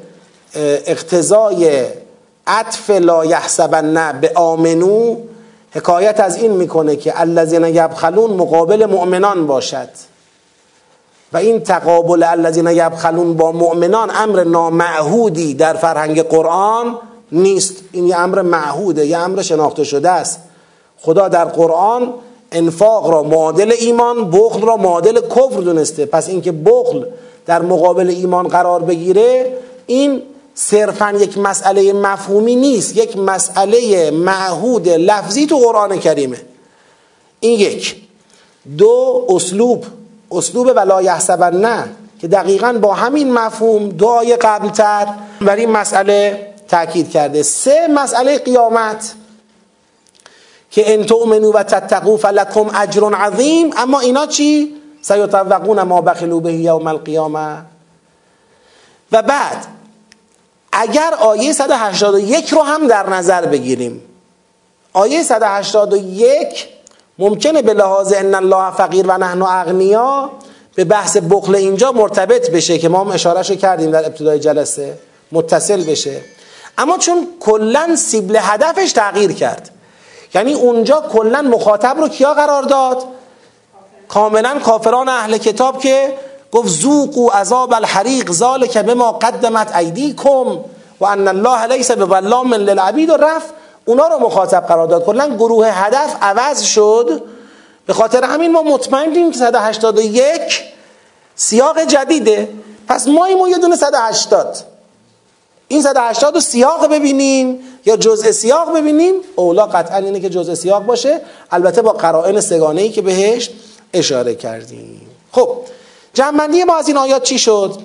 اقتضای عطف لا یحسبن به آمنو حکایت از این میکنه که الذین یبخلون مقابل مؤمنان باشد و این تقابل الذین یبخلون با مؤمنان امر نامعهودی در فرهنگ قرآن نیست. این یه امر معهوده، یه امر شناخته شده است. خدا در قرآن انفاق را معادل ایمان، بخل را معادل کفر دونسته. پس اینکه بخل در مقابل ایمان قرار بگیره این صرفاً یک مسئله مفهومی نیست، یک مسئله معهود لفظی تو قرآن کریمه. این یک. دو، اسلوب ولا یحسبن که دقیقاً با همین مفهوم دعای قبلتر بر این مسئله تأکید کرده. سه، مسئله قیامت که ان تؤمنوا و تتقوا فلکم اجر عظیم. اما اینا چی؟ سیطوقون ما بخلوا به یوم القیامه. و بعد اگر آیه 181 رو هم در نظر بگیریم، آیه 181 ممکنه به لحاظ ان الله فقیر و نحن اغنیا به بحث بخل اینجا مرتبط بشه که ما هم اشارهشو کردیم در ابتدای جلسه، متصل بشه. اما چون کلن سیبل هدفش تغییر کرد، یعنی اونجا کلن مخاطب رو کیا قرار داد؟ کاملا کافران اهل کتاب که گفت ذوقوا عذاب الحریق ذلک بما قدمت ایدیکم و ان الله لیس بظلام للعبید و رفت اونا رو مخاطب قرار داد. کلا گروه هدف عوض شد. به خاطر همین ما مطمئنیم که 181 سیاق جدیده. پس ما یه دونه 180 این 180 رو سیاق ببینیم یا جزء سیاق ببینیم، اولا قطعا اینه که جزء سیاق باشه، البته با قرائن سگانه‌ای که بهش اشاره کردیم. خب جمع‌بندی ما از این آیات چی شد؟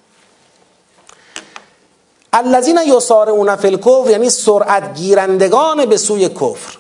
الذین یسارعون فی الکفر، یعنی سرعت گیرندگان به سوی کفر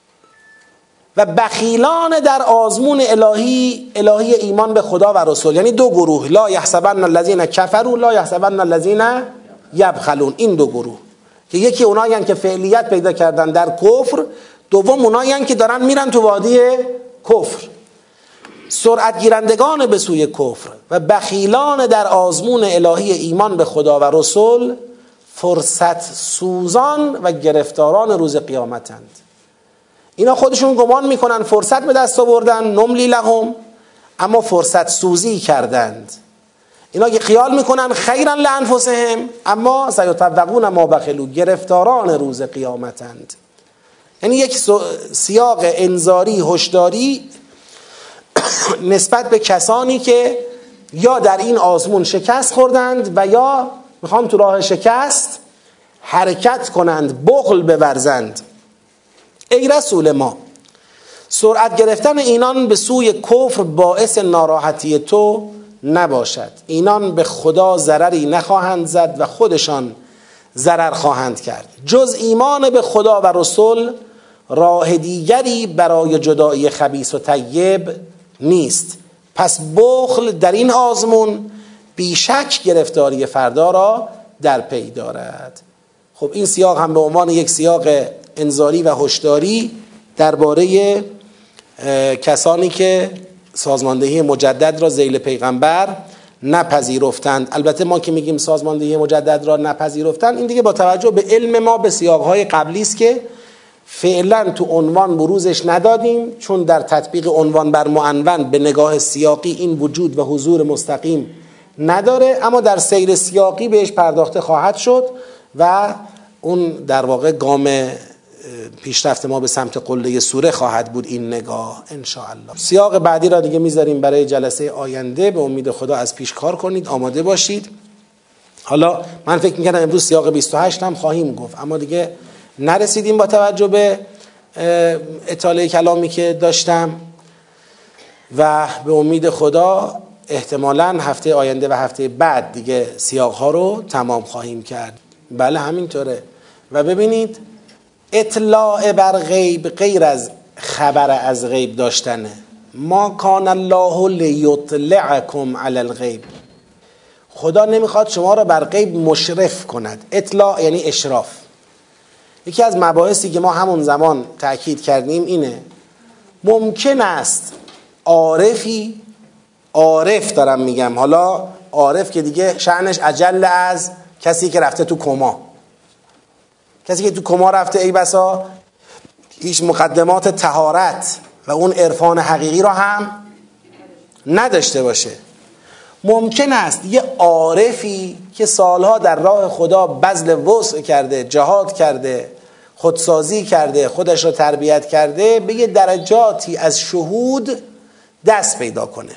و بخیلان در آزمون الهی ایمان به خدا و رسول، یعنی دو گروه، لا یحسبن الذین کفروا لا یحسبن الذین یبخلون. این دو گروه که یکی اونایین که فعلیت پیدا کردن در کفر، دوم اونایین که دارن میرن تو وادی کفر. سرعت گیرندگان به سوی کفر و بخیلان در آزمون الهی ایمان به خدا و رسول، فرصت سوزان و گرفتاران روز قیامتند. اینا خودشون گمان میکنن فرصت به دست آوردن، نملی لهم، اما فرصت سوزی کردند. اینا که خیال میکنن خیرا لانفسهم، اما سیطوقون ما بخلوا، گرفتاران روز قیامتند. یعنی یک سیاق انذاری هشداری نسبت به کسانی که یا در این آزمون شکست خوردند و یا میخوان تو راه شکست حرکت کنند، بخل بورزند. ای رسول ما، سرعت گرفتن اینان به سوی کفر باعث ناراحتی تو نباشد. اینان به خدا ضرری نخواهند زد و خودشان ضرر خواهند کرد. جز ایمان به خدا و رسول راه دیگری برای جدایی خبیث و طیب نیست. پس بخل در این آزمون بیشک گرفتاری فردا را در پی دارد. خب این سیاق هم به عنوان یک سیاق انذاری و هشداری درباره کسانی که سازماندهی مجدد را ذیل پیغمبر نپذیرفتند. البته ما که میگیم سازماندهی مجدد را نپذیرفتند، این دیگه با توجه به علم ما به سیاقهای قبلی است که فعلا تو عنوان بروزش ندادیم، چون در تطبیق عنوان بر معنون به نگاه سیاقی این وجود و حضور مستقیم نداره، اما در سیر سیاقی بهش پرداخته خواهد شد و اون در واقع گام پیشرفت ما به سمت قله سوره خواهد بود این نگاه ان شاء الله. سیاق بعدی را دیگه میذاریم برای جلسه آینده. به امید خدا از پیش کار کنید، آماده باشید. حالا من فکر می‌کردم امروز سیاق 28 هم خواهیم گفت، اما دیگه نرسیدیم با توجه به اطاله کلامی که داشتم و به امید خدا احتمالاً هفته آینده و هفته بعد دیگه سیاق‌ها رو تمام خواهیم کرد. بله همینطوره. و ببینید اطلاع بر غیب غیر از خبر از غیب داشتنه. ما کان الله لیطلعکم علی الغیب، خدا نمیخواد شما را بر غیب مشرف کند. اطلاع یعنی اشراف. یکی از مباحثی که ما همون زمان تأکید کردیم اینه، ممکن است عارفی، عارف دارم میگم، حالا عارف که دیگه شأنش اجل از کسی که رفته تو کما، کسی که تو کما رفته ای بسا هیچ مقدمات طهارت و اون عرفان حقیقی را هم نداشته باشه. ممکن است یه عارفی که سالها در راه خدا بذل وسع کرده، جهاد کرده، خودسازی کرده، خودش را تربیت کرده، به یه درجاتی از شهود دست پیدا کنه.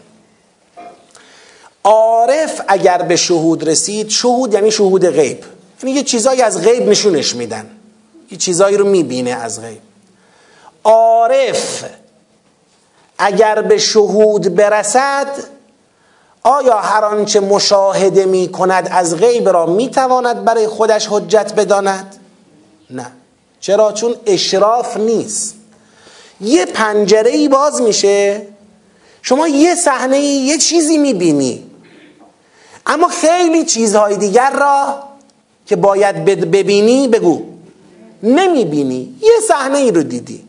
عارف اگر به شهود رسید، شهود یعنی شهود غیب، یعنی یه چیزایی از غیب نشونش میدن، یه چیزایی رو میبینه از غیب. عارف اگر به شهود برسد، آیا هر آنچه مشاهده می کند از غیب را می تواند برای خودش حجت بداند؟ نه. چرا؟ چون اشراف نیست. یه پنجره‌ای باز میشه، شما یه صحنه یه چیزی می بینی، اما خیلی چیزهای دیگر را که باید ببینی بگو نمی بینی. یه صحنه ای رو دیدی،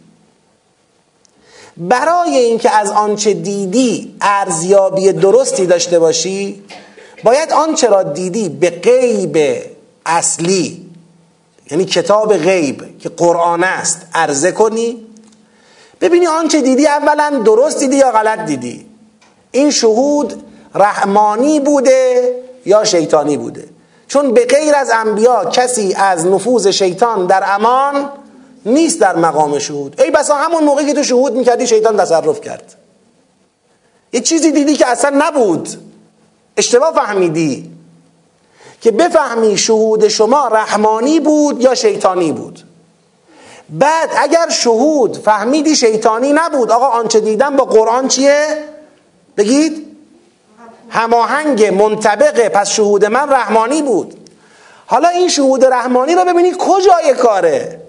برای اینکه از آنچه دیدی ارزیابی درستی داشته باشی، باید آنچه را دیدی به غیب اصلی، یعنی کتاب غیب که قرآن است، عرضه کنی، ببینی آنچه دیدی اولا درست دیدی یا غلط دیدی، این شهود رحمانی بوده یا شیطانی بوده. چون به غیر از انبیا کسی از نفوذ شیطان در امان نیست در مقام شهود. ای بسا همون موقعی که تو شهود میکردی شیطان تصرف کرد، یه چیزی دیدی که اصلا نبود، اشتباه فهمیدی، که بفهمی شهود شما رحمانی بود یا شیطانی بود. بعد اگر شهود فهمیدی شیطانی نبود، آقا آنچه دیدم با قرآن چیه؟ بگید هماهنگ، منطبقه، پس شهود من رحمانی بود. حالا این شهود رحمانی رو ببینید کجای کاره،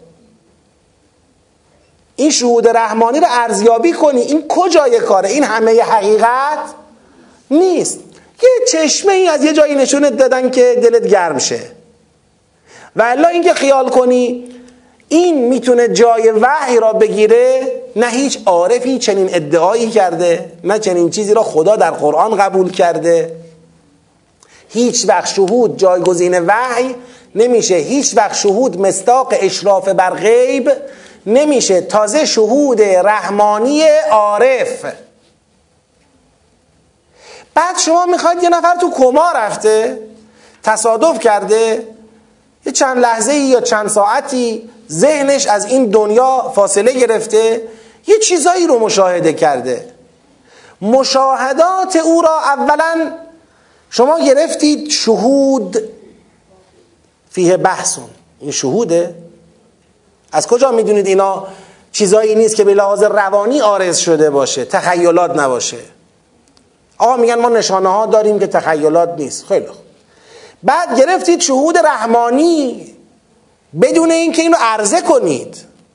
این شهود رحمانی رو ارزیابی کنی، این کجای کاره، این همه حقیقت نیست. یه چشمه ای از یه جایی نشونت دادن که دلت گرم شه، و الا اینکه خیال کنی این میتونه جای وحی را بگیره، نه هیچ عارفی چنین ادعایی کرده، نه چنین چیزی را خدا در قرآن قبول کرده. هیچ وقت شهود جایگزین وحی نمیشه، هیچ وقت شهود مصداق اشراف بر غیب نمیشه، تازه شهود رحمانی عارف. بعد شما میخواید یه نفر تو کما رفته، تصادف کرده، یه چند لحظه یا چند ساعتی ذهنش از این دنیا فاصله گرفته، یه چیزایی رو مشاهده کرده. مشاهدات او را اولا شما گرفتید شهود فیه بحثون، این شهوده؟ از کجا میدونید اینا چیزایی نیست که به لحاظ روانی عارض شده باشه، تخیلات نباشه؟ آقا میگن ما نشانه ها داریم که تخیلات نیست. خیلی خوب. بعد گرفتید شهود رحمانی بدون اینکه اینو عرضه کنید.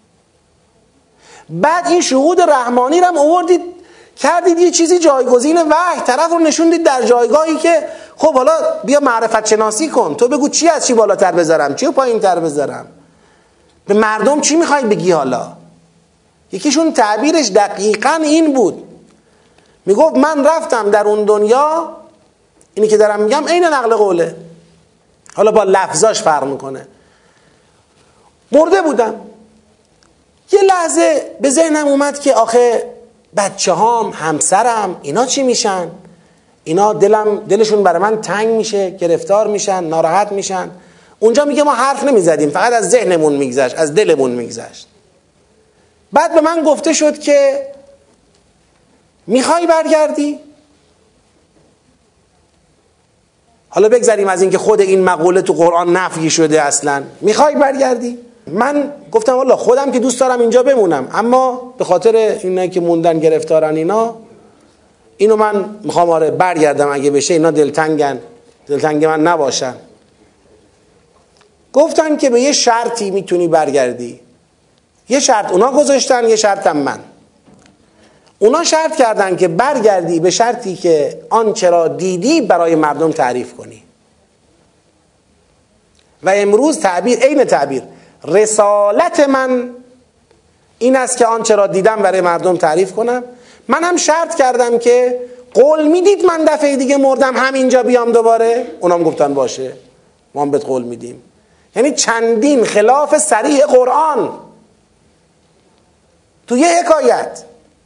بعد این شهود رحمانی رو هم آوردید کردید یه چیزی جایگزین وحی، طرف رو نشوندید در جایگاهی که خب حالا بیا معرفت شناسی کن، تو بگو چی از چی بالاتر بذارم، چی پایین تر بذارم، به مردم چی میخوای بگی. حالا یکیشون تعبیرش دقیقاً این بود، میگفت من رفتم در اون دنیا، اینی که دارم میگم عین نقل قوله، حالا با لفظاش فرق میکنه، مرده بودم. یه لحظه به ذهنم اومد که آخه بچه هام، همسرم، اینا چی میشن؟ اینا دلشون برای من تنگ میشه، گرفتار میشن، ناراحت میشن. اونجا میگه ما حرف نمیزدیم، فقط از ذهنمون میگذشت، از دلمون میگذشت. بعد به من گفته شد که میخوای برگردی؟ حالا بگذاریم از اینکه خود این مقوله تو قرآن نفی شده اصلا، میخوای برگردی؟ من گفتم والا خودم که دوست دارم اینجا بمونم، اما به خاطر اینا که موندن گرفتارن اینو من میخوام آره برگردم، اگه بشه اینا دلتنگ من نباشن. گفتن که به یه شرطی میتونی برگردی. یه شرط اونا گذاشتن، یه شرطم من. اونا شرط کردن که برگردی به شرطی که آنچه را دیدی برای مردم تعریف کنی. و امروز عین تعبیر رسالت من این است که آنچه را دیدم برای مردم تعریف کنم. من هم شرط کردم که قول میدید من دفعه دیگه مردم همینجا بیام دوباره؟ اونام گفتن باشه، ما هم بهت قول میدیم. یعنی چندین خلاف صریح قرآن تو یه حکایت.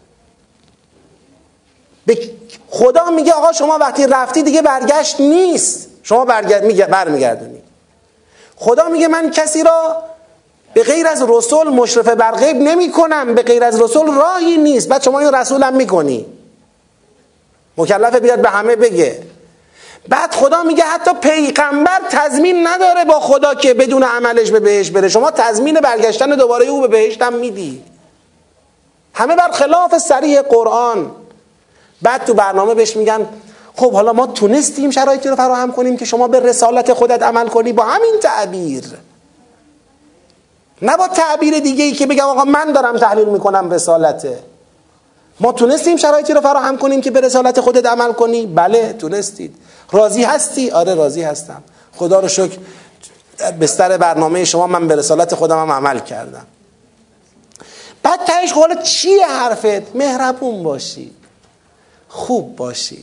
خدا میگه آقا شما وقتی رفتی دیگه برگشت نیست، شما برمیگردونی. خدا میگه من کسی را به غیر از رسول مشرف بر غیب نمی کنم، به غیر از رسول راهی نیست. بعد شما این رسول هم میکنی، مکلفه بیاد به همه بگه. بعد خدا میگه حتی پیغمبر تضمین نداره با خدا که بدون عملش به بهشت بره، شما تضمین برگشتن دوباره او به بهشت هم میدی. همه بر خلاف صریح قرآن. بعد تو برنامه بهش میگن خب حالا ما تونستیم شرایطی رو فراهم کنیم که شما به رسالت خودت عمل کنی با همین تعبیر، نه با تعبیر دیگه ای که بگم آقا من دارم تحلیل میکنم رسالته. ما تونستیم شرایطی رو فراهم کنیم که به رسالت خودت عمل کنی؟ بله تونستید. راضی هستی؟ آره راضی هستم، خدا رو شکر بستر برنامه شما من به رسالت خودم هم عمل کردم. بعد تهش حالا چیه حرفت؟ مهربون باشید، خوب باشید،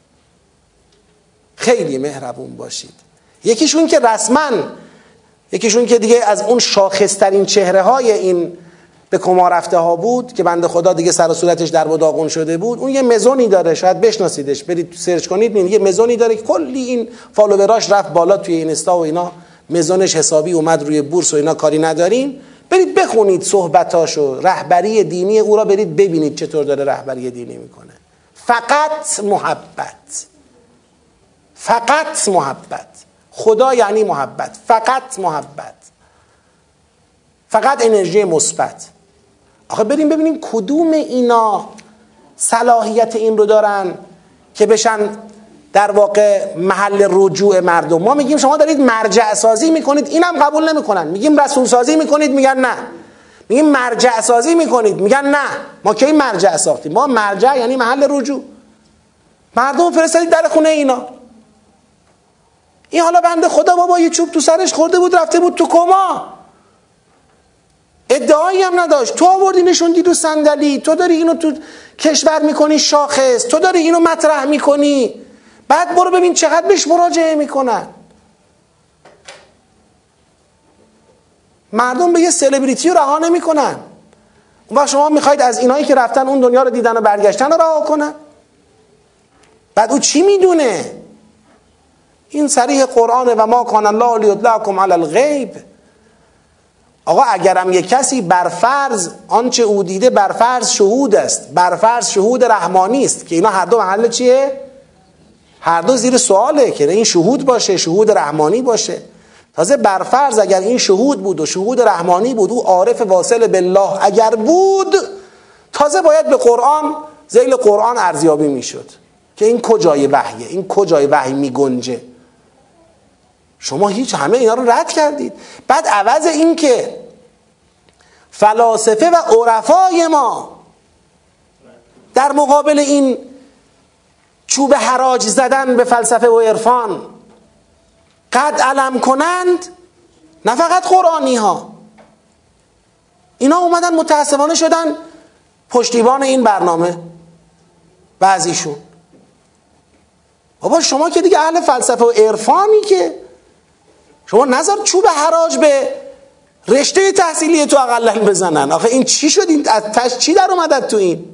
خیلی مهربون باشید. یکیشون که رسما، یکیشون که دیگه از اون شاخصترین چهره های این به کما رفته ها بود که بنده خدا دیگه سر و صورتش در و داغون شده بود. اون یه مزونی داره، شاید بشناسیدش، برید سرچ کنید ببینید. یه مزونی داره که کلی این فالووراش رفت بالا توی اینستا و اینا، مزونش حسابی اومد روی بورس و اینا. کاری نداریم، برید بخونید صحبتاشو، رهبری دینی او را برید ببینید چطور داره رهبری دینی میکنه. فقط محبت، فقط محبت. خدا یعنی محبت، فقط محبت، فقط انرژی مثبت. آخه بریم ببینیم کدوم اینا صلاحیت این رو دارن که بشن در واقع محل رجوع مردم. ما میگیم شما دارید مرجع سازی میکنید، اینم قبول نمیکنن. میگیم رسول سازی میکنید، میگن نه. میگیم مرجع سازی میکنید، میگن نه. ما کی مرجع ساختیم؟ ما مرجع یعنی محل رجوع. مردم فرستادید در خونه اینا. این حالا بنده خدا بابا یه چوب تو سرش خورده بود رفته بود تو کما، ادعایی هم نداشت، تو آوردی نشوندی تو صندلی، تو داری اینو تو کشور میکنی شاخص، تو داری اینو مطرح میکنی، بعد برو ببین چقدر بهش مراجعه میکنن. مردم به یه سلبریتی رو رها نمیکنن. اون وقت شما میخواید از اینایی که رفتن اون دنیا رو دیدن و برگشتن رو رها کنن؟ بعد او چی میدونه؟ این صریح قرآنه و ما کان الله لیطلعکم علی الغیب. آقا اگرم یک کسی برفرض آنچه او دیده برفرض شهود است، برفرض شهود رحمانی است، که اینا هر دو محل چیه؟ هر دو زیر سواله که این شهود باشه، شهود رحمانی باشه. تازه برفرض اگر این شهود بود و شهود رحمانی بود، او عارف واصل بالله اگر بود، تازه باید به قرآن، ذیل قرآن ارزیابی میشد که این کجای وحیه، این کجای وحی میگنجه. شما هیچ همه اینا رو رد کردید. بعد عوض این که فلاسفه و عرفای ما در مقابل این چوب حراج زدن به فلسفه و عرفان قد علم کنند، نه فقط قرآنی ها، اینا اومدن متاسفانه شدن پشتیبان این برنامه بعضیشون. بابا شما که دیگه اهل فلسفه و عرفانی، که شما نظر چوب حراج به رشته تحصیلی تو اقلن بزنن. آخه این چی شد؟ این از تش چی در اومدد تو این؟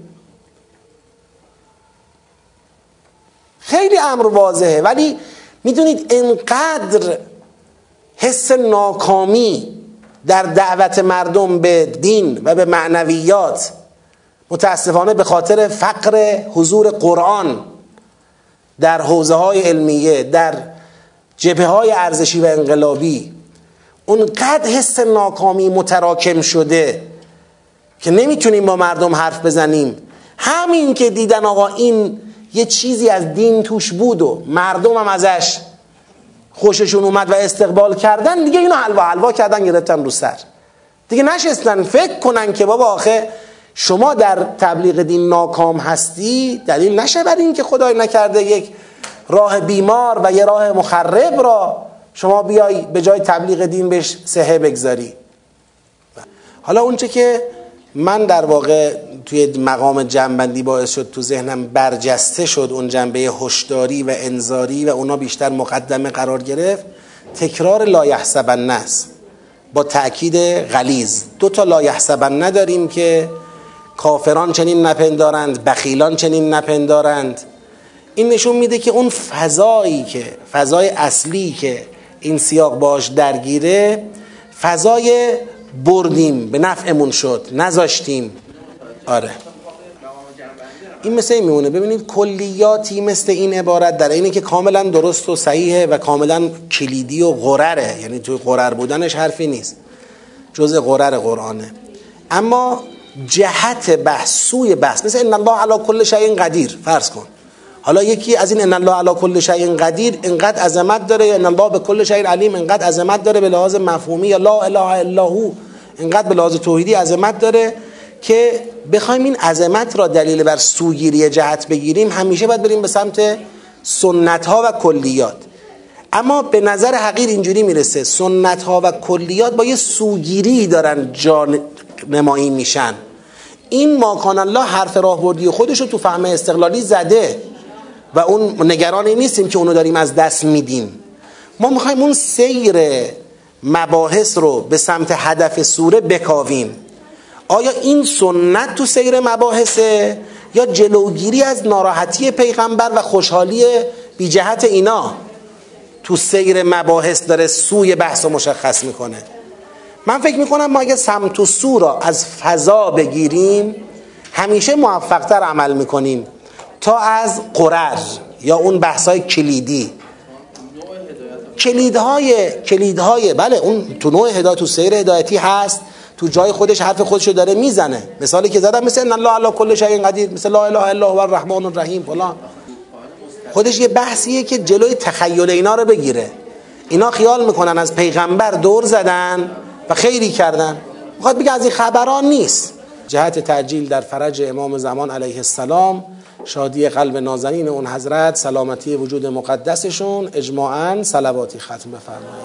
خیلی امر واضحه. ولی میدونید انقدر حس ناکامی در دعوت مردم به دین و به معنویات، متاسفانه به خاطر فقر حضور قرآن در حوزه های علمیه، در جبهه های ارزشی و انقلابی، اونقدر حس ناکامی متراکم شده که نمیتونیم با مردم حرف بزنیم. همین که دیدن آقا این یه چیزی از دین توش بود و مردم هم ازش خوششون اومد و استقبال کردن، دیگه اینو حلوا کردن گرفتن رو سر. دیگه نشستن فکر کنن که بابا آخه شما در تبلیغ دین ناکام هستی، دلیل نشه بر این که خدای نکرده یک راه بیمار و یه راه مخرب را شما بیای به جای تبلیغ دین بهش صحه بگذاری. حالا اونچه که من در واقع توی مقام جنبندی باعث شد تو ذهنم برجسته شد، اون جنبه هشداری و انذاری و اونا بیشتر مقدمه قرار گرفت، تکرار لا یحسبن است با تأکید غلیظ. 2 لا یحسبن نداریم که کافران چنین نپندارند، بخیلان چنین نپندارند. این نشون میده که اون فضایی که فضای اصلی که این سیاق باش درگیره، فضای بردیم به نفعمون شد، نذاشتیم. آره این مثل این میمونه. ببینید کلیاتی مثل این عبارت در اینه که کاملا درست و صحیحه و کاملا کلیدی و غرره، یعنی توی غرر بودنش حرفی نیست، جزء غرر قرآنه، اما جهت بحث، سوی بحث، مثل ان الله علی کل شیء قدیر فرض کن. حالا یکی از این ان الله علی کل شیء قدیر اینقدر عظمت داره، یا ان الله به کل شیء علیم اینقدر عظمت داره به لحاظ مفهومی، یا لا اله الا هو اینقدر به لحاظ توحیدی عظمت داره که بخوایم این عظمت را دلیل بر سوگیری جهت بگیریم، همیشه باید بریم به سمت سنت ها و کلیات. اما به نظر حقیر اینجوری میرسه سنت ها و کلیات با یه سوگیری دارن جان نمایی میشن. این ما کان الله حرف راهبردی خودش رو تو فهم استقلالی زده و اون نگرانی نیستیم که اونو داریم از دست میدیم. ما میخوایم اون سیر مباحث رو به سمت هدف سوره بکاویم. آیا این سنت تو سیر مباحثه یا جلوگیری از ناراحتی پیغمبر و خوشحالی بی جهت اینا تو سیر مباحث داره سوی بحث رو مشخص میکنه؟ من فکر میکنم ما اگه سمت و سو را از فضا بگیریم همیشه موفقتر عمل میکنیم تا از قرر یا اون بحثای کلیدی. کلیدهای بله، اون تو نوع هدایت، تو سیر هدایتی هست، تو جای خودش حرف خودشو داره میزنه. مثالی که زدم مثل ان الله علی کل شیء قدیر، مثل لا اله الا هو الرحمن الرحیم فلان، خودش یه بحثیه که جلوی تخیل اینا رو بگیره. اینا خیال میکنن از پیغمبر دور زدن و خیری کردن، میخواد بگه از این خبران نیست. جهت تعجیل در فرج امام زمان علیه السلام، شادی قلب نازنین اون حضرت، سلامتی وجود مقدسشون، اجماعاً صلواتی ختم بفرمایید.